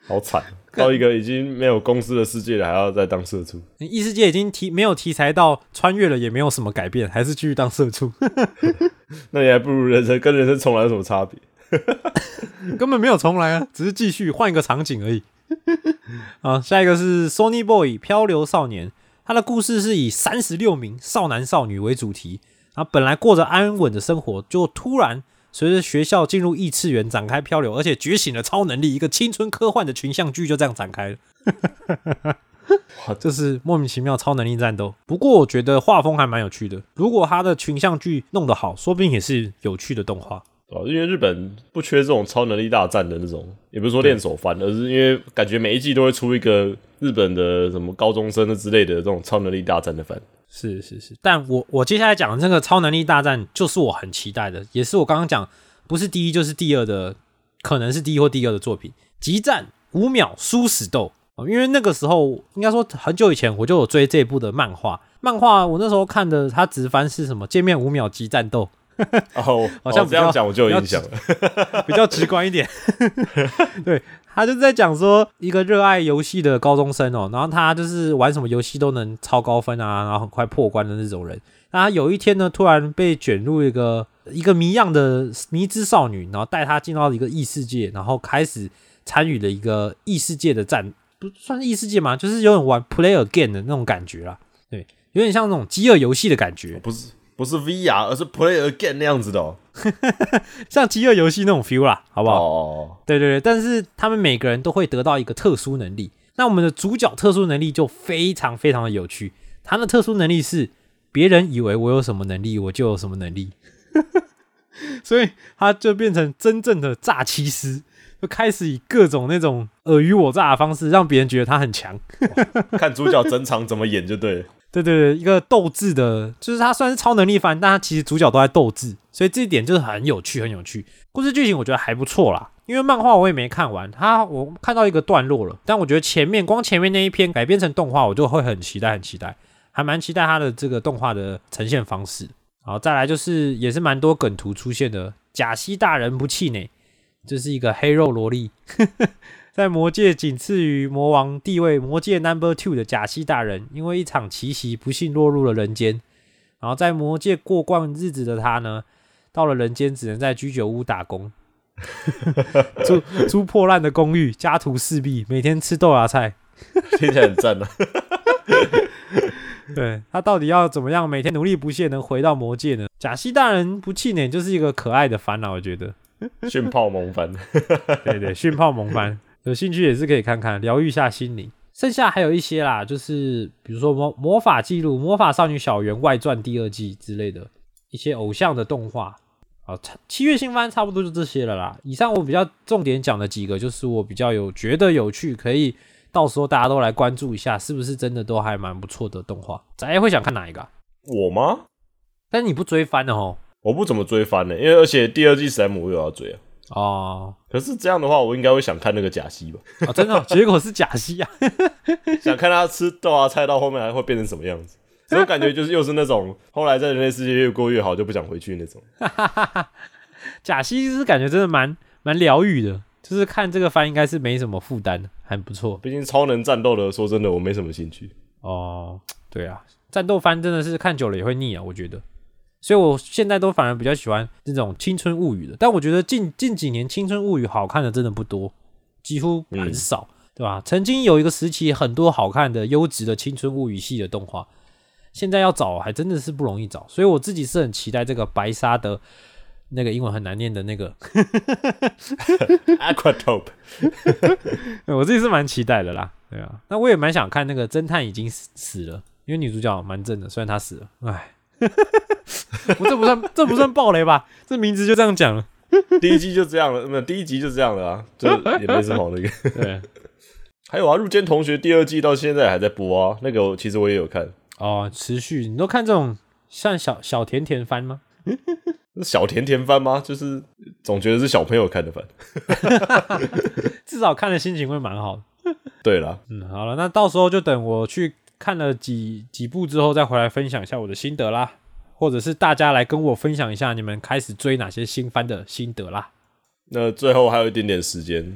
[SPEAKER 3] 好惨，到一个已经没有公司的世界了，还要再当社畜。
[SPEAKER 4] 异世界已经题没有题材到穿越了，也没有什么改变，还是继续当社畜。
[SPEAKER 3] 那你还不如人生跟人生重来有什么差别？
[SPEAKER 4] 根本没有重来啊，只是继续换一个场景而已。好，下一个是 Sony Boy 漂流少年，他的故事是以三十六名少男少女为主题，然后本来过着安稳的生活，就突然随着学校进入异次元展开漂流，而且觉醒了超能力，一个青春科幻的群像剧就这样展开了。这是莫名其妙超能力战斗，不过我觉得画风还蛮有趣的，如果他的群像剧弄得好，说不定也是有趣的动画。
[SPEAKER 3] 哦，因为日本不缺这种超能力大战的那种，也不是说练手番，而是因为感觉每一季都会出一个日本的什么高中生之类的这种超能力大战的番。
[SPEAKER 4] 是是是，但我我接下来讲的这个超能力大战，就是我很期待的，也是我刚刚讲不是第一就是第二的，可能是第一或第二的作品《极战五秒殊死斗》。因为那个时候应该说很久以前我就有追这部的漫画，漫画我那时候看的，它直翻是什么？见面五秒即战斗。
[SPEAKER 3] 哦，
[SPEAKER 4] 好像
[SPEAKER 3] 哦这样讲我就有印象了，
[SPEAKER 4] 比较直观一点。对，他就在讲说一个热爱游戏的高中生哦，然后他就是玩什么游戏都能超高分啊，然后很快破关的那种人。那他有一天呢，突然被卷入一个一个谜样的迷之少女，然后带他进到一个异世界，然后开始参与了一个异世界的战，不算是异世界嘛，就是有点玩 play again 的那种感觉啦。对，有点像那种饥饿游戏的感觉，
[SPEAKER 3] 不是。不是 V R， 而是 Play Again 那样子的哦，
[SPEAKER 4] 像饥饿游戏那种 feel 啦，好不好？
[SPEAKER 3] 哦，
[SPEAKER 4] 对对对，但是他们每个人都会得到一个特殊能力。那我们的主角特殊能力就非常非常的有趣，他的特殊能力是别人以为我有什么能力，我就有什么能力，所以他就变成真正的诈欺师，就开始以各种那种尔虞我诈的方式，让别人觉得他很强。
[SPEAKER 3] 看主角整场怎么演就对了。
[SPEAKER 4] 对对对，一个斗智的，就是他虽然是超能力番，但他其实主角都在斗智，所以这一点就是很有趣，很有趣。故事剧情我觉得还不错啦，因为漫画我也没看完，他我看到一个段落了，但我觉得前面光前面那一篇改编成动画，我就会很期待，很期待，还蛮期待他的这个动画的呈现方式。好，再来就是也是蛮多梗图出现的，假西大人不气馁，这是一个黑肉萝莉。在魔界仅次于魔王地位魔界 number two 的假西大人，因为一场奇袭不幸落入了人间。然后在魔界过惯日子的他呢，到了人间只能在居酒屋打工，租租破烂的公寓，家徒四壁，每天吃豆芽菜，
[SPEAKER 3] 听起来很赞啊。
[SPEAKER 4] 对，他到底要怎么样每天努力不懈能回到魔界呢？假西大人不气馁就是一个可爱的番啦，我觉得。
[SPEAKER 3] 训炮萌番，
[SPEAKER 4] 对对，训炮萌番。有兴趣也是可以看看，疗愈一下心灵。剩下还有一些啦，就是比如说魔魔法记录、魔法少女小圆外传第二季之类的一些偶像的动画。好，七月新番差不多就这些了啦。以上我比较重点讲的几个，就是我比较有觉得有趣，可以到时候大家都来关注一下，是不是真的都还蛮不错的动画。宅会想看哪一个、啊？
[SPEAKER 3] 我吗？
[SPEAKER 4] 但是你不追番的齁？
[SPEAKER 3] 我不怎么追番的、欸，因为而且第二季史莱姆我又要追啊。
[SPEAKER 4] 哦，
[SPEAKER 3] 可是这样的话，我应该会想看那个假西吧？
[SPEAKER 4] 哦，真的、哦，结果是假西啊！
[SPEAKER 3] 想看他吃豆芽菜到后面还会变成什么样子？这种感觉就是又是那种后来在人类世界越过越好就不想回去那种。
[SPEAKER 4] 假西是感觉真的蛮蛮疗愈的，就是看这个番应该是没什么负担，还不错。
[SPEAKER 3] 毕竟超能战斗的，说真的我没什么兴趣。
[SPEAKER 4] 哦，对啊，战斗番真的是看久了也会腻啊，我觉得。所以我现在都反而比较喜欢这种青春物语的，但我觉得近近几年青春物语好看的真的不多，几乎很少，嗯、对吧？曾经有一个时期很多好看的优质的青春物语系的动画，现在要找还真的是不容易找，所以我自己是很期待这个白沙的那个英文很难念的那个
[SPEAKER 3] Aquatope
[SPEAKER 4] 我自己是蛮期待的啦，对啊，那我也蛮想看那个侦探已经 死, 死了，因为女主角蛮正的，虽然她死了，唉。我这不算这不算暴雷吧？这名字就这样讲了。
[SPEAKER 3] 第一季就这样了，没有第一集就这样了啊，就也没什么好那个。
[SPEAKER 4] 对，
[SPEAKER 3] 还有啊，入间同学第二季到现在还在播啊，那个我其实我也有看。
[SPEAKER 4] 哦，持续，你都看这种像小小甜甜番吗？
[SPEAKER 3] 小甜甜番吗？就是总觉得是小朋友看的番，
[SPEAKER 4] 至少看的心情会蛮好的。
[SPEAKER 3] 对啦，
[SPEAKER 4] 嗯，好了，那到时候就等我去看了几几部之后，再回来分享一下我的心得啦，或者是大家来跟我分享一下你们开始追哪些新番的心得啦。
[SPEAKER 3] 那最后还有一点点时间，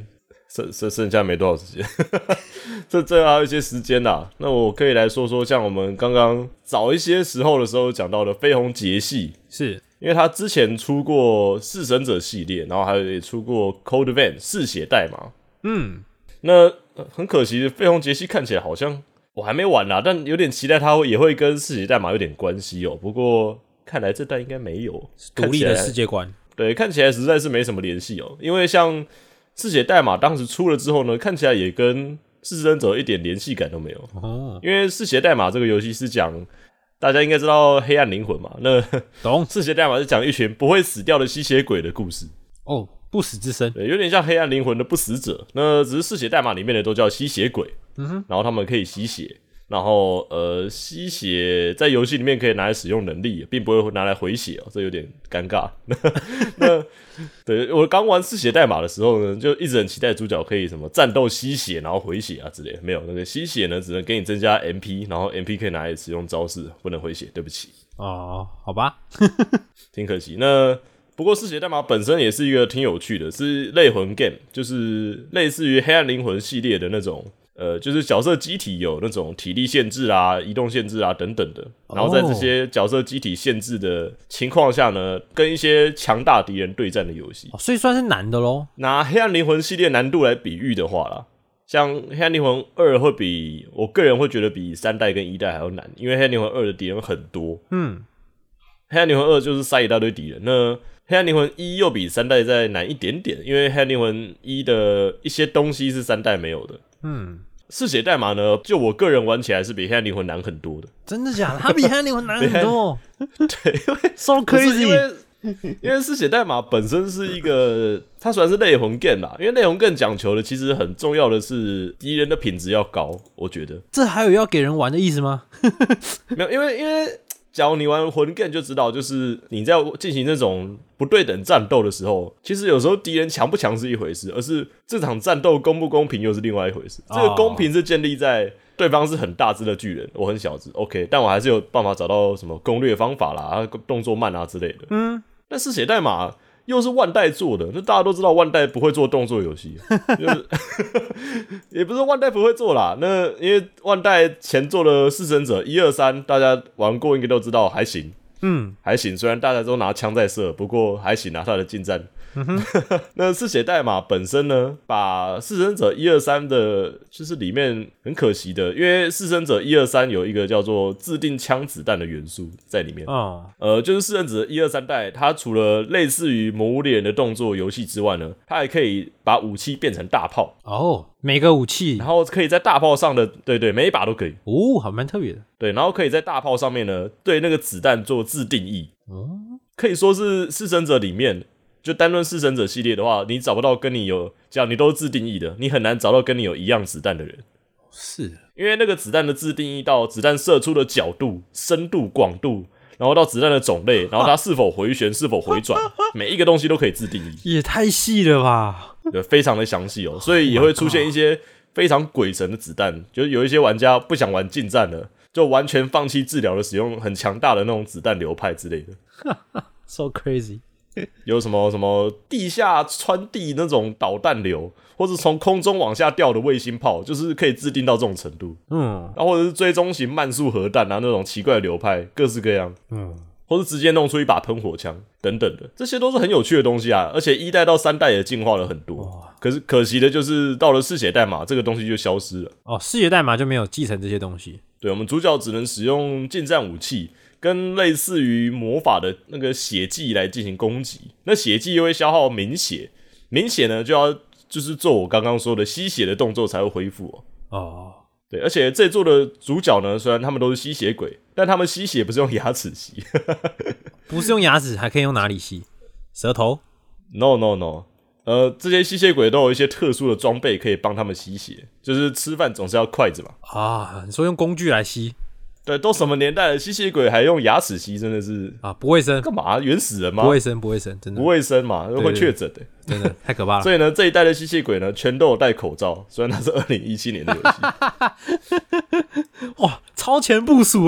[SPEAKER 3] 剩剩剩下没多少时间，这这还有一些时间啦。那我可以来说说，像我们刚刚早一些时候的时候讲到的绯红节系，
[SPEAKER 4] 是
[SPEAKER 3] 因为他之前出过弑神者系列，然后还有也出过 Code Vein 嗜血代码。
[SPEAKER 4] 嗯，
[SPEAKER 3] 那、呃、很可惜，绯红节系看起来好像我还没玩啦，但有点期待它也会跟嗜血代码有点关系哦。不过看来这代应该没有
[SPEAKER 4] 独立的世界观，
[SPEAKER 3] 对，看起来实在是没什么联系哦。因为像嗜血代码当时出了之后呢，看起来也跟弑神者一点联系感都没有。哦，因为嗜血代码这个游戏是讲大家应该知道黑暗灵魂嘛，那
[SPEAKER 4] 懂？
[SPEAKER 3] 嗜血代码是讲一群不会死掉的吸血鬼的故事。
[SPEAKER 4] 哦，不死之身，
[SPEAKER 3] 对，有点像黑暗灵魂的不死者。那只是嗜血代码里面的都叫吸血鬼，嗯哼，然后他们可以吸血。然后，呃，吸血在游戏里面可以拿来使用能力，并不会拿来回血哦，这有点尴尬。那对我刚玩嗜血代码的时候呢，就一直很期待主角可以什么战斗吸血，然后回血啊之类的。没有，那个吸血呢，只能给你增加 M P， 然后 M P 可以拿来使用招式，不能回血。对不起。
[SPEAKER 4] 哦，好吧，
[SPEAKER 3] 挺可惜。那不过嗜血代码本身也是一个挺有趣的，是类魂 game， 就是类似于黑暗灵魂系列的那种。呃，就是角色机体有那种体力限制啊、移动限制啊等等的，然后在这些角色机体限制的情况下呢，跟一些强大敌人对战的游戏，
[SPEAKER 4] 哦，所以算是难的咯。
[SPEAKER 3] 拿黑暗灵魂系列难度来比喻的话啦，像黑暗灵魂二会比我个人会觉得比三代跟一代还要难，因为黑暗灵魂二的敌人很多，嗯，黑暗灵魂二就是塞一大堆敌人，那黑暗灵魂一又比三代再难一点点，因为黑暗灵魂一的一些东西是三代没有的，嗯。嗜血代码呢，就我个人玩起来是比黑暗灵魂难很多的。
[SPEAKER 4] 真的假的？它比黑暗灵魂难很多。
[SPEAKER 3] 对，因为
[SPEAKER 4] so crazy，
[SPEAKER 3] 因为因为嗜血代码本身是一个，它虽然是类魂 game 啦，因为类魂 game 讲求的其实很重要的是敌人的品质要高，我觉得。
[SPEAKER 4] 这还有要给人玩的意思吗？
[SPEAKER 3] 没有，因为因为假如你玩魂 game 就知道，就是你在进行这种不对等战斗的时候，其实有时候敌人强不强是一回事，而是这场战斗公不公平又是另外一回事。这个公平是建立在对方是很大只的巨人，我很小只 ，OK， 但我还是有办法找到什么攻略方法啦，动作慢啊之类的。嗯，但嗜血代码又是万代做的，那大家都知道万代不会做动作游戏，就是也不是万代不会做啦。那因为万代前做的弑神者一二三，大家玩过应该都知道还行。嗯，还行，虽然大家都拿枪在射，不过还行啊，他的近战。嗯、那嗜血代码本身呢，把弑神者一二三的，就是里面很可惜的，因为弑神者一二三有一个叫做自定枪子弹的元素在里面。哦，呃，就是弑神者一二三代，它除了类似于魔物猎人的动作游戏之外呢，它还可以把武器变成大炮。
[SPEAKER 4] 哦，每个武器，
[SPEAKER 3] 然后可以在大炮上的，对对，每一把都可以。
[SPEAKER 4] 哦，还蛮特别的。
[SPEAKER 3] 对，然后可以在大炮上面呢，对那个子弹做自定义。嗯，可以说是弑神者里面。就单论弑神者系列的话，你找不到跟你有，这样你都是自定义的，你很难找到跟你有一样子弹的人。
[SPEAKER 4] 是，
[SPEAKER 3] 因为那个子弹的自定义到子弹射出的角度、深度、广度，然后到子弹的种类，然后它是否回旋、是否回转，每一个东西都可以自定义。
[SPEAKER 4] 也太细了吧？
[SPEAKER 3] 对，非常的详细哦，所以也会出现一些非常鬼神的子弹，就是有一些玩家不想玩近战了，就完全放弃治疗的，使用很强大的那种子弹流派之类的。
[SPEAKER 4] So crazy。
[SPEAKER 3] 有什么什么地下穿地那种导弹流，或是从空中往下掉的卫星炮，就是可以制定到这种程度。嗯，然后或者是追踪型慢速核弹啊，那种奇怪的流派，各式各样。嗯，或是直接弄出一把喷火枪等等的，这些都是很有趣的东西啊。而且一代到三代也进化了很多。可是可惜的就是到了嗜血代码，这个东西就消失了。
[SPEAKER 4] 哦，嗜血代码就没有继承这些东西。
[SPEAKER 3] 对，我们主角只能使用近战武器。跟类似于魔法的那个血技来进行攻击，那血技又会消耗明血，明血呢就要就是做我刚刚说的吸血的动作才会恢复哦。哦，对，而且这座的主角呢，虽然他们都是吸血鬼，但他们吸血不是用牙齿吸，
[SPEAKER 4] 不是用牙齿，还可以用哪里吸？舌头
[SPEAKER 3] ？No No No， 呃，这些吸血鬼都有一些特殊的装备可以帮他们吸血，就是吃饭总是要筷子嘛。
[SPEAKER 4] 啊，你说用工具来吸？
[SPEAKER 3] 对，都什么年代了，吸血鬼还用牙齿吸，真的是
[SPEAKER 4] 啊，不卫生，
[SPEAKER 3] 干嘛？原始人吗？
[SPEAKER 4] 不卫生，不卫生，真的
[SPEAKER 3] 不卫生嘛，会确诊的，
[SPEAKER 4] 真的太可怕了。
[SPEAKER 3] 所以呢，这一代的吸血鬼呢，全都有戴口罩，虽然它是二零一七年的游戏。
[SPEAKER 4] 哇，超前部署哎！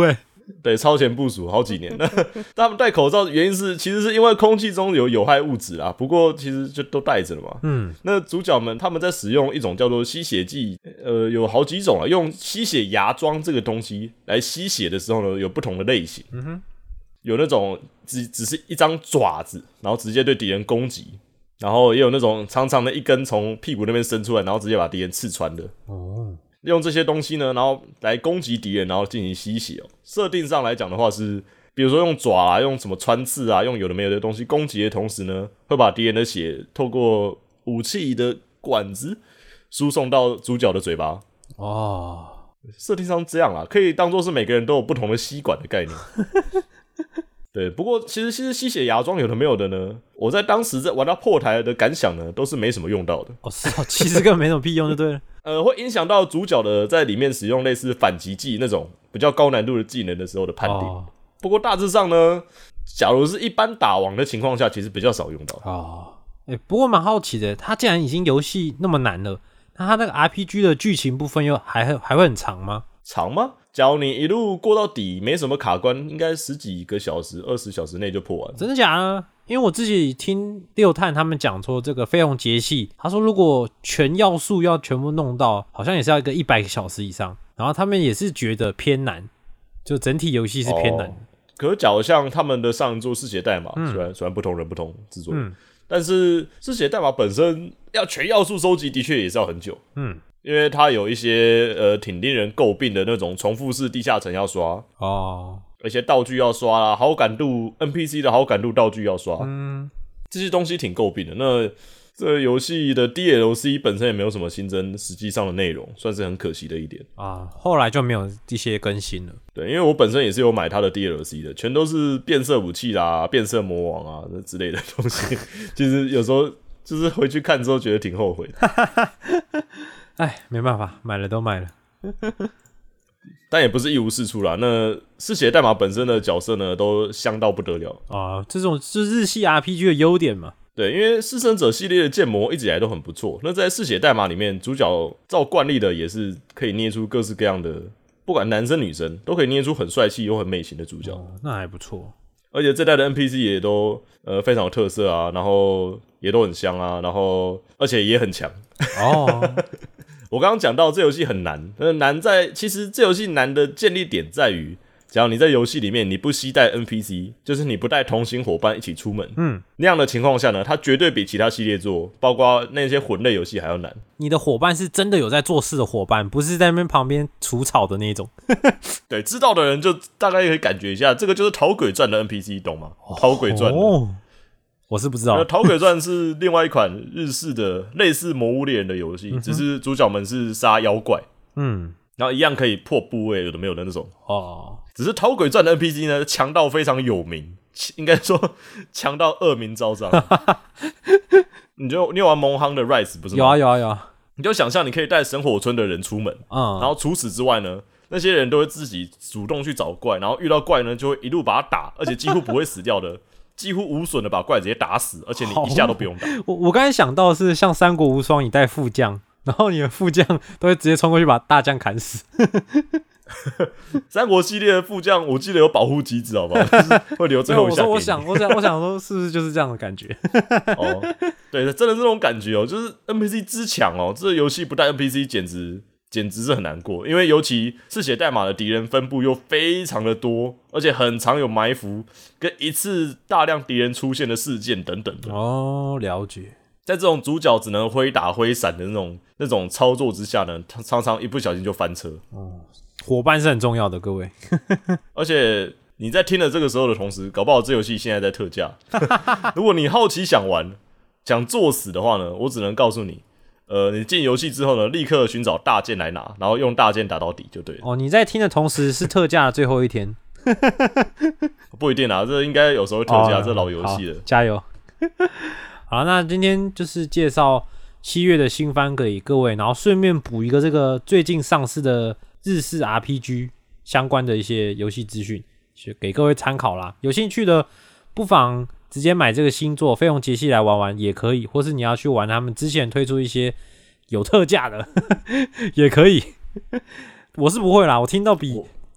[SPEAKER 3] 对，超前部署好几年。他们戴口罩的原因是，其实是因为空气中有有害物质啦。不过其实就都戴着了嘛。嗯，那主角们他们在使用一种叫做吸血剂，呃，有好几种啊。用吸血牙桩这个东西来吸血的时候呢，有不同的类型。嗯哼，有那种只只是一张爪子，然后直接对敌人攻击。然后也有那种长长的一根从屁股那边伸出来，然后直接把敌人刺穿的。哦，用这些东西呢，然后来攻击敌人，然后进行吸血哦。设定上来讲的话是，比如说用爪啊，用什么穿刺啊，用有的没有的东西攻击的同时呢，会把敌人的血透过武器的管子输送到主角的嘴巴。哦，设定上这样啦，可以当作是每个人都有不同的吸管的概念。对，不过其实其实吸血牙桩有的没有的呢，我在当时在玩到破台的感想呢，都是没什么用到的。
[SPEAKER 4] 哦，是哦，其实根本没什么屁用就对了。
[SPEAKER 3] 呃，会影响到主角的在里面使用类似反击技那种比较高难度的技能的时候的判定。哦、不过大致上呢，假如是一般打王的情况下，其实比较少用到。
[SPEAKER 4] 哦，哎、欸，不过蛮好奇的，他既然已经游戏那么难了，那他那个 R P G 的剧情部分又还还会很长吗？
[SPEAKER 3] 长吗？假如你一路过到底，没什么卡关，应该十几个小时、二十小时内就破完了。
[SPEAKER 4] 真的假的？因为我自己听六探他们讲说，这个绯红节气，他说如果全要素要全部弄到，好像也是要一个一百个小时以上。然后他们也是觉得偏难，就整体游戏是偏难的。哦、
[SPEAKER 3] 可是假如像他们的上一作《嗜血代码》嗯，虽然虽然不同人不同制作，嗯，但是《嗜血代码》本身要全要素收集，的确也是要很久，嗯。因为它有一些呃挺令人诟病的那种重复式地下城要刷哦，而且道具要刷啦，好感度 N P C 的好感度道具要刷，嗯，这些东西挺诟病的。那这游戏的 D L C 本身也没有什么新增实际上的内容，算是很可惜的一点
[SPEAKER 4] 啊。后来就没有一些更新了。
[SPEAKER 3] 对，因为我本身也是有买它的 D L C 的，全都是变色武器啦、变色魔王啊之类的东西。其实有时候就是回去看之后觉得挺后悔的。
[SPEAKER 4] 哎，没办法，买了都买了，
[SPEAKER 3] 但也不是一无是处啦。那嗜血代码本身的角色呢，都香到不得了
[SPEAKER 4] 啊！这种是日系 R P G 的优点嘛？
[SPEAKER 3] 对，因为弑生者系列的建模一直以来都很不错。那在嗜血代码里面，主角照惯例的也是可以捏出各式各样的，不管男生女生都可以捏出很帅气又很美型的主角，
[SPEAKER 4] 哦、那还不错。
[SPEAKER 3] 而且这代的 N P C 也都呃非常有特色啊，然后也都很香啊，然后而且也很强哦。我刚刚讲到这游戏很难，那难在其实这游戏难的建立点在于，只要你在游戏里面你不携带 N P C， 就是你不带同行伙伴一起出门，嗯，那样的情况下呢，它绝对比其他系列作，包括那些魂类游戏还要难。
[SPEAKER 4] 你的伙伴是真的有在做事的伙伴，不是在那边旁边除草的那种。
[SPEAKER 3] 对，知道的人就大概可以感觉一下，这个就是《逃鬼传》的 N P C， 懂吗？《逃鬼传》哦。
[SPEAKER 4] 我是不知道，《
[SPEAKER 3] 逃鬼传》是另外一款日式的类似《魔物猎人》的游戏，嗯、只是主角们是杀妖怪，嗯，然后一样可以破部位，有的没有的那种哦。只是《逃鬼传》的 N P C 呢，强到非常有名，应该说强到恶名昭彰。你就你有玩蒙夯的 Rise 不是吗？
[SPEAKER 4] 有啊有啊有啊。
[SPEAKER 3] 你就想象你可以带神火村的人出门，嗯，然后除此之外呢，那些人都会自己主动去找怪，然后遇到怪呢就会一路把他打，而且几乎不会死掉的。几乎无损的把怪直接打死，而且你一下都不用打。
[SPEAKER 4] 我我刚才想到的是像三国无双，你带副将，然后你的副将都会直接冲过去把大将砍死。
[SPEAKER 3] 三国系列的副将，我记得有保护机制，好不好？就是会留最后一下给你。
[SPEAKER 4] 我想，我想，我想说，是不是就是这样的感觉？
[SPEAKER 3] 哦，对，真的是这种感觉哦，就是 N P C 之强哦，这个游戏不带 N P C 简直。简直是很难过，因为尤其嗜血代码的敌人分布又非常的多，而且很常有埋伏跟一次大量敌人出现的事件等等的。
[SPEAKER 4] 哦，了解。
[SPEAKER 3] 在这种主角只能挥打挥闪的那种那种操作之下呢，他常常一不小心就翻车。
[SPEAKER 4] 哦，伙伴是很重要的，各位。
[SPEAKER 3] 而且你在听了这个时候的同时，搞不好这游戏现在在特价。如果你好奇想玩、想作死的话呢，我只能告诉你。呃，你进游戏之后呢，立刻寻找大剑来拿，然后用大剑打到底就对了。
[SPEAKER 4] 哦，你在听的同时是特价的最后一天，
[SPEAKER 3] 不一定啊，这应该有时候特价，哦、这老游戏了，
[SPEAKER 4] 加油！好，那今天就是介绍七月的新番给各位，然后顺便补一个这个最近上市的日式 R P G 相关的一些游戏资讯，给各位参考啦。有兴趣的不妨直接买这个新作《绯红节气》来玩玩也可以，或是你要去玩他们之前推出一些有特价的也可以。我是不会啦，我听到比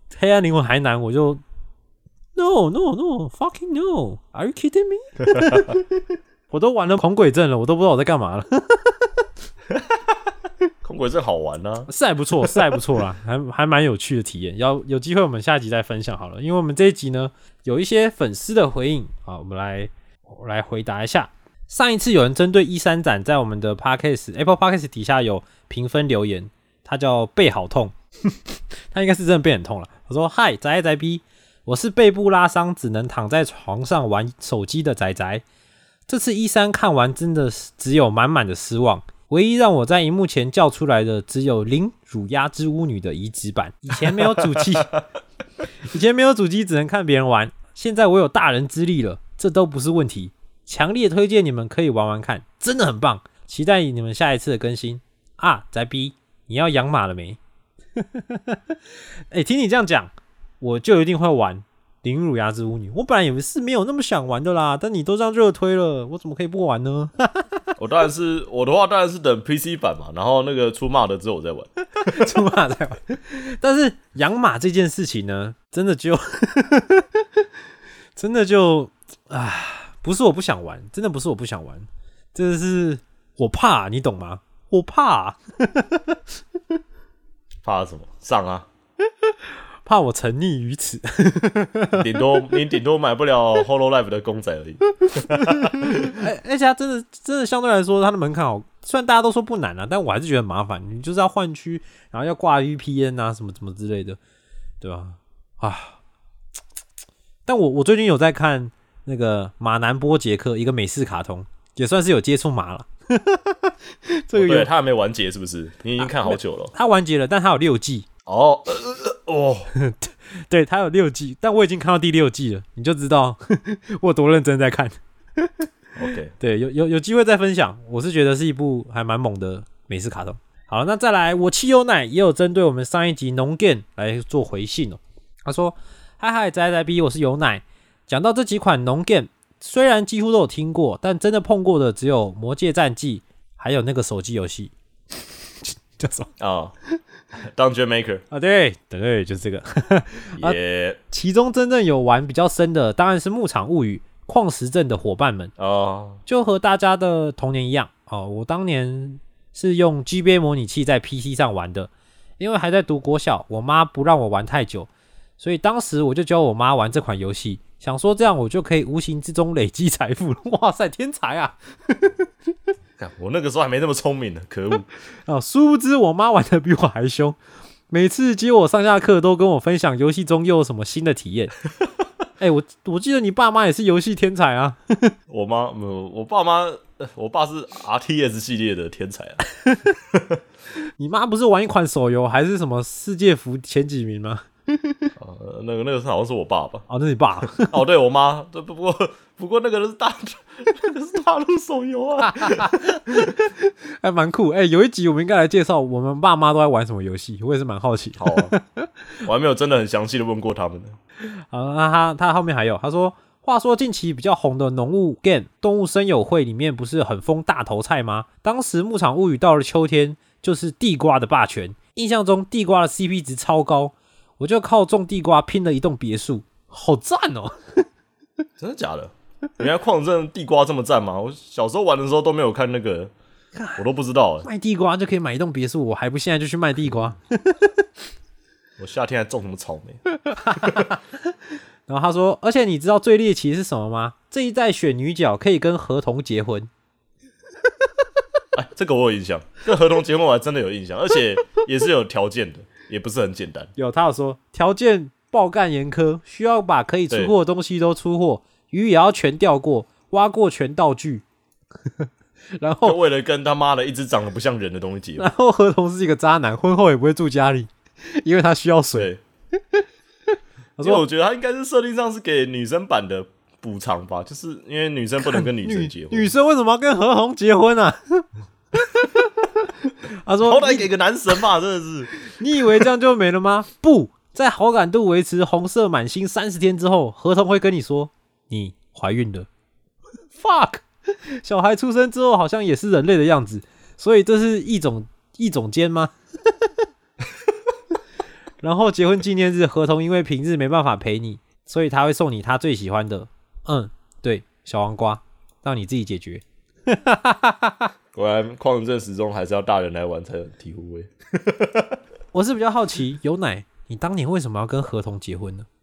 [SPEAKER 4] 黑暗灵魂还难，我就 No No No fucking No Are you kidding me 我都玩了恐鬼症了，我都不知道我在干嘛了
[SPEAKER 3] 恐鬼症好玩啊，
[SPEAKER 4] 是还不错，是还不错啦，还还蛮有趣的体验。要有机会我们下集再分享好了，因为我们这一集呢有一些粉丝的回应啊，我们来我来回答一下。上一次有人针对一三展在我们的 Podcast Apple Podcast 底下有评分留言，他叫背好痛，他应该是真的背很痛了。他说：“嗨，宅宅 B， 我是背部拉伤，只能躺在床上玩手机的宅宅。这次一三看完真的只有满满的失望。”唯一让我在荧幕前叫出来的，只有零乳鸦之巫女的移植版。以前没有主机，以前没有主机，只能看别人玩。现在我有大人之力了，这都不是问题。强烈推荐你们可以玩玩看，真的很棒。期待你们下一次的更新啊！宅 B， 你要养马了没？哎、欸，听你这样讲，我就一定会玩零乳鸦之巫女。我本来也是没有那么想玩的啦，但你都这样热推了，我怎么可以不玩呢？
[SPEAKER 3] 我当然是我的话，当然是等 P C 版嘛，然后那个出马的之后我再玩，
[SPEAKER 4] 出马再玩。但是养马这件事情呢，真的就真的就啊，不是我不想玩，真的不是我不想玩，这是我怕，你懂吗？我怕，
[SPEAKER 3] 怕什么？上啊！
[SPEAKER 4] 怕我沉溺于此，
[SPEAKER 3] 顶多你顶多买不了 Hololive 的公仔而已。
[SPEAKER 4] 而而且它真的真的相对来说，它的门槛好，虽然大家都说不难啊，但我还是觉得很麻烦。你就是要换区，然后要挂 V P N 啊，什么什么之类的，对吧？啊！但我我最近有在看那个马南波杰克，一个美式卡通，也算是有接触马了。这个有、
[SPEAKER 3] 哦、对他还没完结是不是？你已经看好久了。
[SPEAKER 4] 啊、他完结了，但他有六季。
[SPEAKER 3] 哦，呃呃哦，
[SPEAKER 4] 对，他有六季，但我已经看到第六季了，你就知道我有多认真在看。
[SPEAKER 3] OK，
[SPEAKER 4] 对，有有有机会再分享，我是觉得是一部还蛮猛的美式卡通。好，那再来，我汽油奶也有针对我们上一集农 game 来做回信哦。他说：“嗨嗨，宅宅 B， 我是油奶。讲到这几款农 game， 虽然几乎都有听过，但真的碰过的只有《魔界战记》，还有那个手机游戏叫什么
[SPEAKER 3] 啊？” Dungeon Maker
[SPEAKER 4] 啊，对对对，就是这个。
[SPEAKER 3] 也、yeah.
[SPEAKER 4] 其中真正有玩比较深的，当然是《牧场物语》矿石镇的伙伴们
[SPEAKER 3] 哦，
[SPEAKER 4] oh. 就和大家的童年一样哦。我当年是用 G B A 模拟器在 P C 上玩的，因为还在读国小，我妈不让我玩太久，所以当时我就教我妈玩这款游戏，想说这样我就可以无形之中累积财富。哇塞，天才啊！
[SPEAKER 3] 我那个时候还没那么聪明呢，可恶！
[SPEAKER 4] 哦，殊不知我妈玩的比我还凶，每次接我上下课都跟我分享游戏中又有什么新的体验。哎、欸，我我记得你爸妈也是游戏天才啊。
[SPEAKER 3] 我妈，我爸妈，我爸是 R T S 系列的天才啊。
[SPEAKER 4] 你妈不是玩一款手游还是什么世界服前几名吗？
[SPEAKER 3] 呃，那个那个好像是我爸吧？
[SPEAKER 4] 哦，那是你爸。
[SPEAKER 3] 哦，对我妈，不不过不过那个是大那个是大陆手游啊，
[SPEAKER 4] 还蛮酷。哎、欸，有一集我们应该来介绍我们爸妈都在玩什么游戏，我也是蛮好奇。
[SPEAKER 3] 好啊，我还没有真的很详细的问过他们呢。
[SPEAKER 4] 好，那他他后面还有，他说，话说近期比较红的农物 game 动物森友会里面不是很疯大头菜吗？当时牧场物语到了秋天，就是地瓜的霸权，印象中地瓜的 C P 值超高。我就靠种地瓜拼了一栋别墅，好赞哦！
[SPEAKER 3] 真的假的？原来矿镇地瓜这么赞吗？我小时候玩的时候都没有看那个，我都不知道。
[SPEAKER 4] 卖地瓜就可以买一栋别墅，我还不现在就去卖地瓜？
[SPEAKER 3] 我夏天还种什么草莓？
[SPEAKER 4] 然后他说，而且你知道最猎奇是什么吗？这一代选女角可以跟合同结婚。
[SPEAKER 3] 哎，这个我有印象，跟合同结婚我还真的有印象，而且也是有条件的。也不是很简单，
[SPEAKER 4] 有他有说条件爆干严苛，需要把可以出货的东西都出货，鱼也要全钓过，挖过全道具，然后
[SPEAKER 3] 为了跟他妈的一只长得不像人的东西结婚。
[SPEAKER 4] 然后合同是一个渣男，婚后也不会住家里，因为他需要水。
[SPEAKER 3] 我说，我觉得他应该是设定上是给女生版的补偿吧，就是因为女生不能跟女生结婚，
[SPEAKER 4] 女, 女生为什么要跟合同结婚啊？他说：“
[SPEAKER 3] 好歹给个男神嘛，真的是。
[SPEAKER 4] 你以为这样就没了吗？不在好感度维持红色满星三十天之后，合同会跟你说你怀孕了。fuck， 小孩出生之后好像也是人类的样子，所以这是异种异种间吗？ 然后结婚纪念日合同因为平日没办法陪你，所以他会送你他最喜欢的，嗯，对，小黄瓜，让你自己解决。
[SPEAKER 3] 果然矿石镇始终还是要大人来玩才有体会味。
[SPEAKER 4] 我是比较好奇，有奶，你当年为什么要跟合同结婚呢？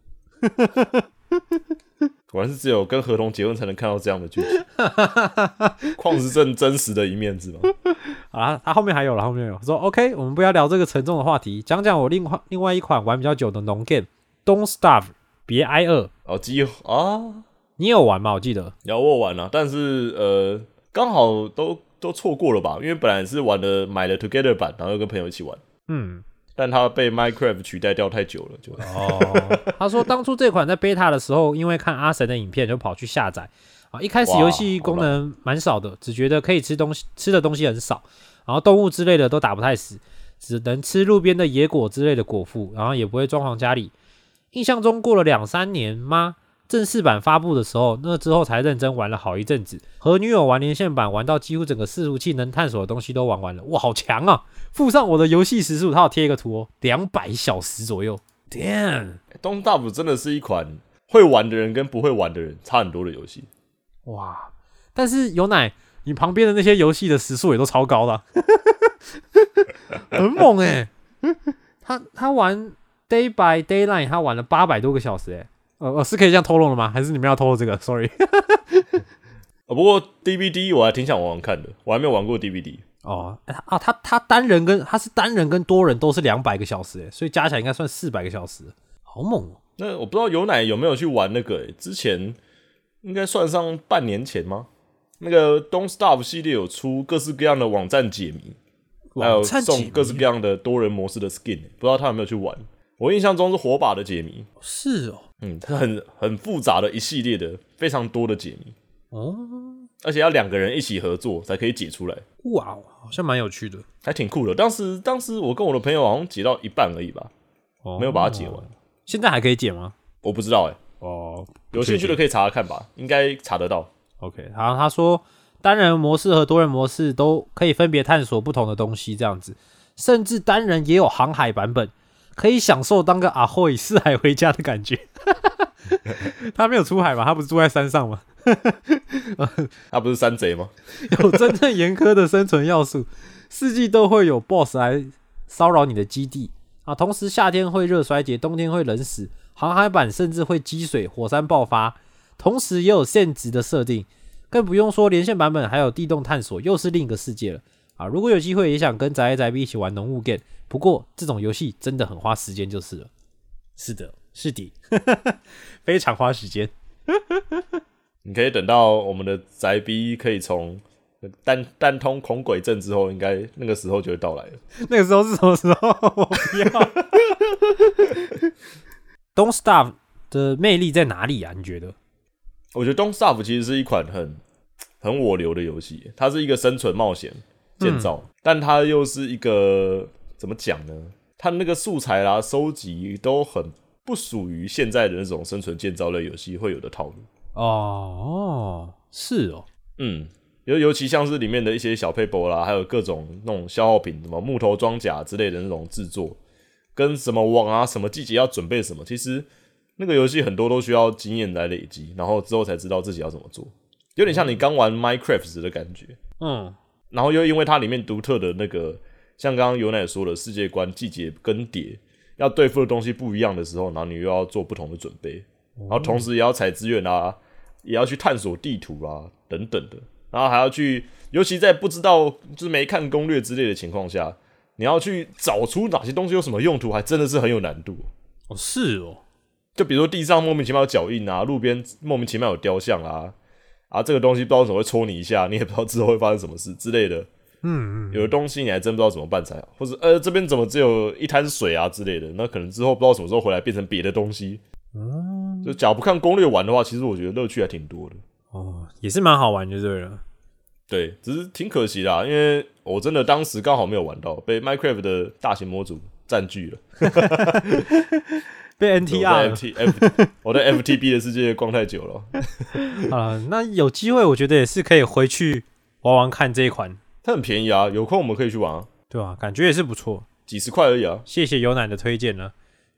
[SPEAKER 3] 果然是只有跟合同结婚才能看到这样的剧情，矿石镇真实的一面是吗？
[SPEAKER 4] 好啦，他后面还有了，后面有说 OK， 我们不要聊这个沉重的话题，讲讲我另外另外一款玩比较久的农 game Don't Starve， 别挨饿。
[SPEAKER 3] 哦，机啊，
[SPEAKER 4] 你有玩吗？我记得
[SPEAKER 3] 有我玩啊，但是呃，刚好都都错过了吧，因为本来是玩的买了 Together 版，然后又跟朋友一起玩，嗯。但它被 Minecraft 取代掉太久了，就
[SPEAKER 4] 哦。他说当初这款在 beta 的时候，因为看阿神的影片就跑去下载啊。一开始游戏功能蛮少的，只觉得可以吃东西，吃的东西很少，然后动物之类的都打不太死，只能吃路边的野果之类的果腹，然后也不会装潢家里。印象中过了两三年吗？正式版发布的时候，那之后才认真玩了好一阵子，和女友玩连线版，玩到几乎整个伺服器能探索的东西都玩完了。哇，好强啊！附上我的游戏时数，它有贴一个图哦，两百小时左右。Damn，
[SPEAKER 3] Don't Starve 真的是一款会玩的人跟不会玩的人差很多的游戏。
[SPEAKER 4] 哇！但是有奶，你旁边的那些游戏的时速也都超高的、啊，很猛哎、欸！他他玩 Day by Daylight， 他玩了八百多个小时哎、欸。呃呃，是可以这样透露的吗？还是你们要透露这个 ？Sorry
[SPEAKER 3] 哦。不过 D V D 我还挺想玩玩看的，我还没有玩过 D V D。
[SPEAKER 4] 哦，啊，他他单人跟他是单人跟多人都是两百个小时，哎，所以加起来应该算四百个小时，好猛哦！
[SPEAKER 3] 那我不知道有奶有没有去玩那个、欸，之前应该算上半年前吗？那个 Don't Starve 系列有出各式各样的网站解谜，还有送各式各样的多人模式的 skin， 不知道他有没有去玩？我印象中是火把的解谜，
[SPEAKER 4] 是哦，
[SPEAKER 3] 嗯，很很复杂的一系列的非常多的解谜
[SPEAKER 4] 哦，
[SPEAKER 3] 而且要两个人一起合作才可以解出来。
[SPEAKER 4] 哇，好像蛮有趣的，
[SPEAKER 3] 还挺酷的。当时当时我跟我的朋友好像解到一半而已吧，哦、没有把它解完。
[SPEAKER 4] 现在还可以解吗？
[SPEAKER 3] 我不知道哎、欸。
[SPEAKER 4] 哦，
[SPEAKER 3] 有兴趣的可以查查看吧，应该查得到。
[SPEAKER 4] OK， 然后他说单人模式和多人模式都可以分别探索不同的东西，这样子，甚至单人也有航海版本。可以享受当个阿慧四海回家的感觉。他没有出海吗？他不是住在山上吗？
[SPEAKER 3] 他不是山贼吗？
[SPEAKER 4] 有真正严苛的生存要素，四季都会有 boss 来骚扰你的基地啊。同时夏天会热衰竭，冬天会冷死，航海版甚至会积水、火山爆发。同时也有限值的设定，更不用说连线版本还有地洞探索，又是另一个世界了啊！如果有机会，也想跟宅 A 宅 B 一起玩农务 game。不过这种游戏真的很花时间就是了。是的，是的，非常花时间。
[SPEAKER 3] 你可以等到我们的宅 B 可以从单单通恐鬼镇之后，应该那个时候就会到来了。
[SPEAKER 4] 那个时候是什么时候？我不要。Don't Starve 的魅力在哪里啊？你觉得？
[SPEAKER 3] 我觉得 Don't Starve 其实是一款很很我流的游戏，它是一个生存冒险建造，嗯、但它又是一个。怎么讲呢？它那个素材啦、收集都很不属于现在的那种生存建造类游戏会有的套路。
[SPEAKER 4] 哦，是哦，
[SPEAKER 3] 嗯，尤尤其像是里面的一些小配包啦，还有各种那种消耗品，什么木头装甲之类的那种制作，跟什么网啊、什么季节要准备什么，其实那个游戏很多都需要经验来累积，然后之后才知道自己要怎么做，有点像你刚玩 Minecraft 时的感觉。嗯，然后又因为它里面独特的那个。像刚刚有奶说的世界观、季节更迭，要对付的东西不一样的时候，然后你又要做不同的准备，然后同时也要采资源啊，也要去探索地图啊等等的，然后还要去，尤其在不知道就是没看攻略之类的情况下，你要去找出哪些东西有什么用途，还真的是很有难度。
[SPEAKER 4] 哦，是哦，
[SPEAKER 3] 就比如说地上莫名其妙有脚印啊，路边莫名其妙有雕像啊，啊这个东西不知道为什么会戳你一下，你也不知道之后会发生什么事之类的。嗯, 嗯，有的东西你还真不知道怎么办才好，或者呃这边怎么只有一滩水啊之类的，那可能之后不知道什么时候回来变成别的东西。嗯，就假如不看攻略玩的话，其实我觉得乐趣还挺多的。
[SPEAKER 4] 哦，也是蛮好玩就对了。
[SPEAKER 3] 对，只是挺可惜啦，因为我真的当时刚好没有玩到，被 Minecraft 的大型模组占据了，
[SPEAKER 4] 被 N T R 了。
[SPEAKER 3] 我在 F, 我在 F T B 的世界逛太久了。
[SPEAKER 4] 好了，那有机会我觉得也是可以回去玩玩看这一款。
[SPEAKER 3] 它很便宜啊，有空我们可以去玩啊。
[SPEAKER 4] 对啊，感觉也是不错，
[SPEAKER 3] 几十块而已啊。
[SPEAKER 4] 谢谢有奶的推荐呢。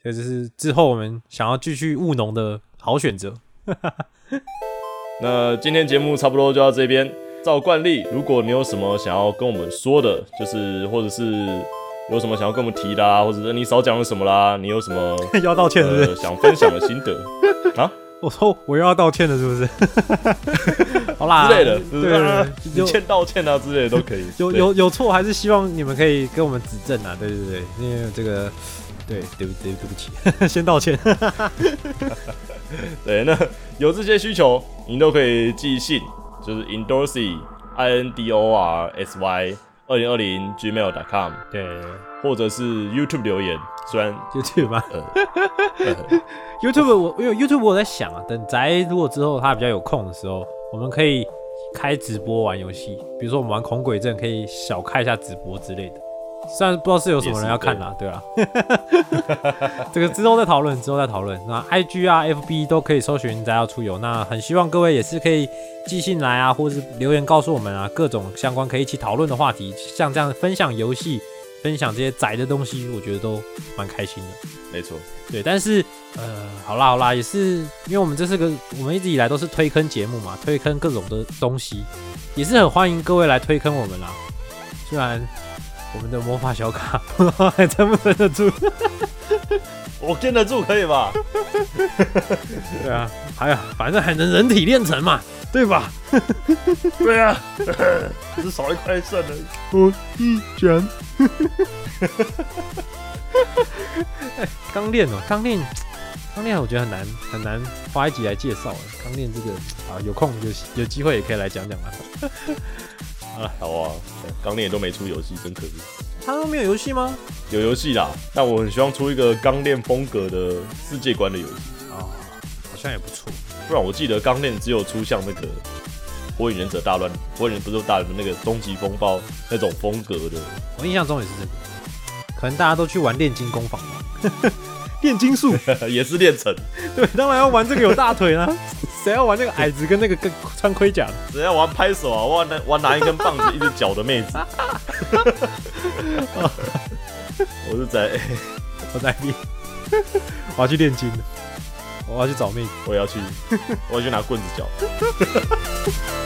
[SPEAKER 4] 这就是之后我们想要继续务农的好选择。
[SPEAKER 3] 那今天节目差不多就到这边。照惯例，如果你有什么想要跟我们说的，就是或者是有什么想要跟我们提的啊，或者是你少讲了什么啦，你有什么
[SPEAKER 4] 要道歉是不是、
[SPEAKER 3] 呃、想分享的心得啊？
[SPEAKER 4] 我说我又要道歉了，是不是？好啦，
[SPEAKER 3] 之类的，
[SPEAKER 4] 对对对，
[SPEAKER 3] 有欠道歉啊之类的都可以。
[SPEAKER 4] 有有有错，还是希望你们可以跟我们指正啊。对对对，因为这个，对对不对对不起，先道歉。
[SPEAKER 3] 对，那有这些需求，您都可以寄信，就是 Indorsy I N D O R S Y 二零二零 gmail dot com，
[SPEAKER 4] 对，
[SPEAKER 3] 或者是 YouTube 留言，虽然
[SPEAKER 4] YouTube 吗？
[SPEAKER 3] 呃呃、
[SPEAKER 4] YouTube 我因为 YouTube 我在想啊，等宅如果之后他比较有空的时候，我们可以开直播玩游戏，比如说我们玩恐鬼症，可以小开一下直播之类的。虽然不知道是有什么人要看啦，对啊，这个之后再讨论，之后再讨论。那 I G 啊、F B 都可以搜寻宅要出游。那很希望各位也是可以寄信来啊，或是留言告诉我们啊，各种相关可以一起讨论的话题，像这样分享游戏、分享这些宅的东西，我觉得都蛮开心的。
[SPEAKER 3] 没错，
[SPEAKER 4] 对，但是呃，好啦好啦，也是因为我们这是个我们一直以来都是推坑节目嘛，推坑各种的东西，也是很欢迎各位来推坑我们啦。虽然我们的魔法小卡不知道还撑不撑得住，
[SPEAKER 3] 我跟得住可以吧？
[SPEAKER 4] 对啊，哎呀，反正还能人体炼成嘛，对吧？
[SPEAKER 1] 对啊，只是少一块肾而已。
[SPEAKER 4] 我一拳。钢炼哦，钢炼，钢炼我觉得很难很难花一集来介绍了。钢炼这个啊，有空有有机会也可以来讲讲啦。
[SPEAKER 3] 啊，好啊，钢炼也都没出游戏，真可惜。
[SPEAKER 4] 他都没有游戏吗？
[SPEAKER 3] 有游戏啦，但我很希望出一个钢炼风格的世界观的游戏。
[SPEAKER 4] 哦，好像也不错。
[SPEAKER 3] 不然我记得钢炼只有出像那个火影忍者大乱，火影忍者不是大乱那个终极风暴那种风格的。
[SPEAKER 4] 我印象中也是这个，可能大家都去玩炼金工坊吧。炼金术
[SPEAKER 3] 也是炼成，
[SPEAKER 4] 对，当然要玩这个有大腿啦。谁要玩那个矮子跟那个跟穿盔甲的？
[SPEAKER 3] 谁要玩拍手啊？我拿我拿一根棒子一直搅的妹子。我是在，
[SPEAKER 4] 我在练，我要去炼金了，我要去找妹子，
[SPEAKER 3] 我也要去，我要去拿棍子搅。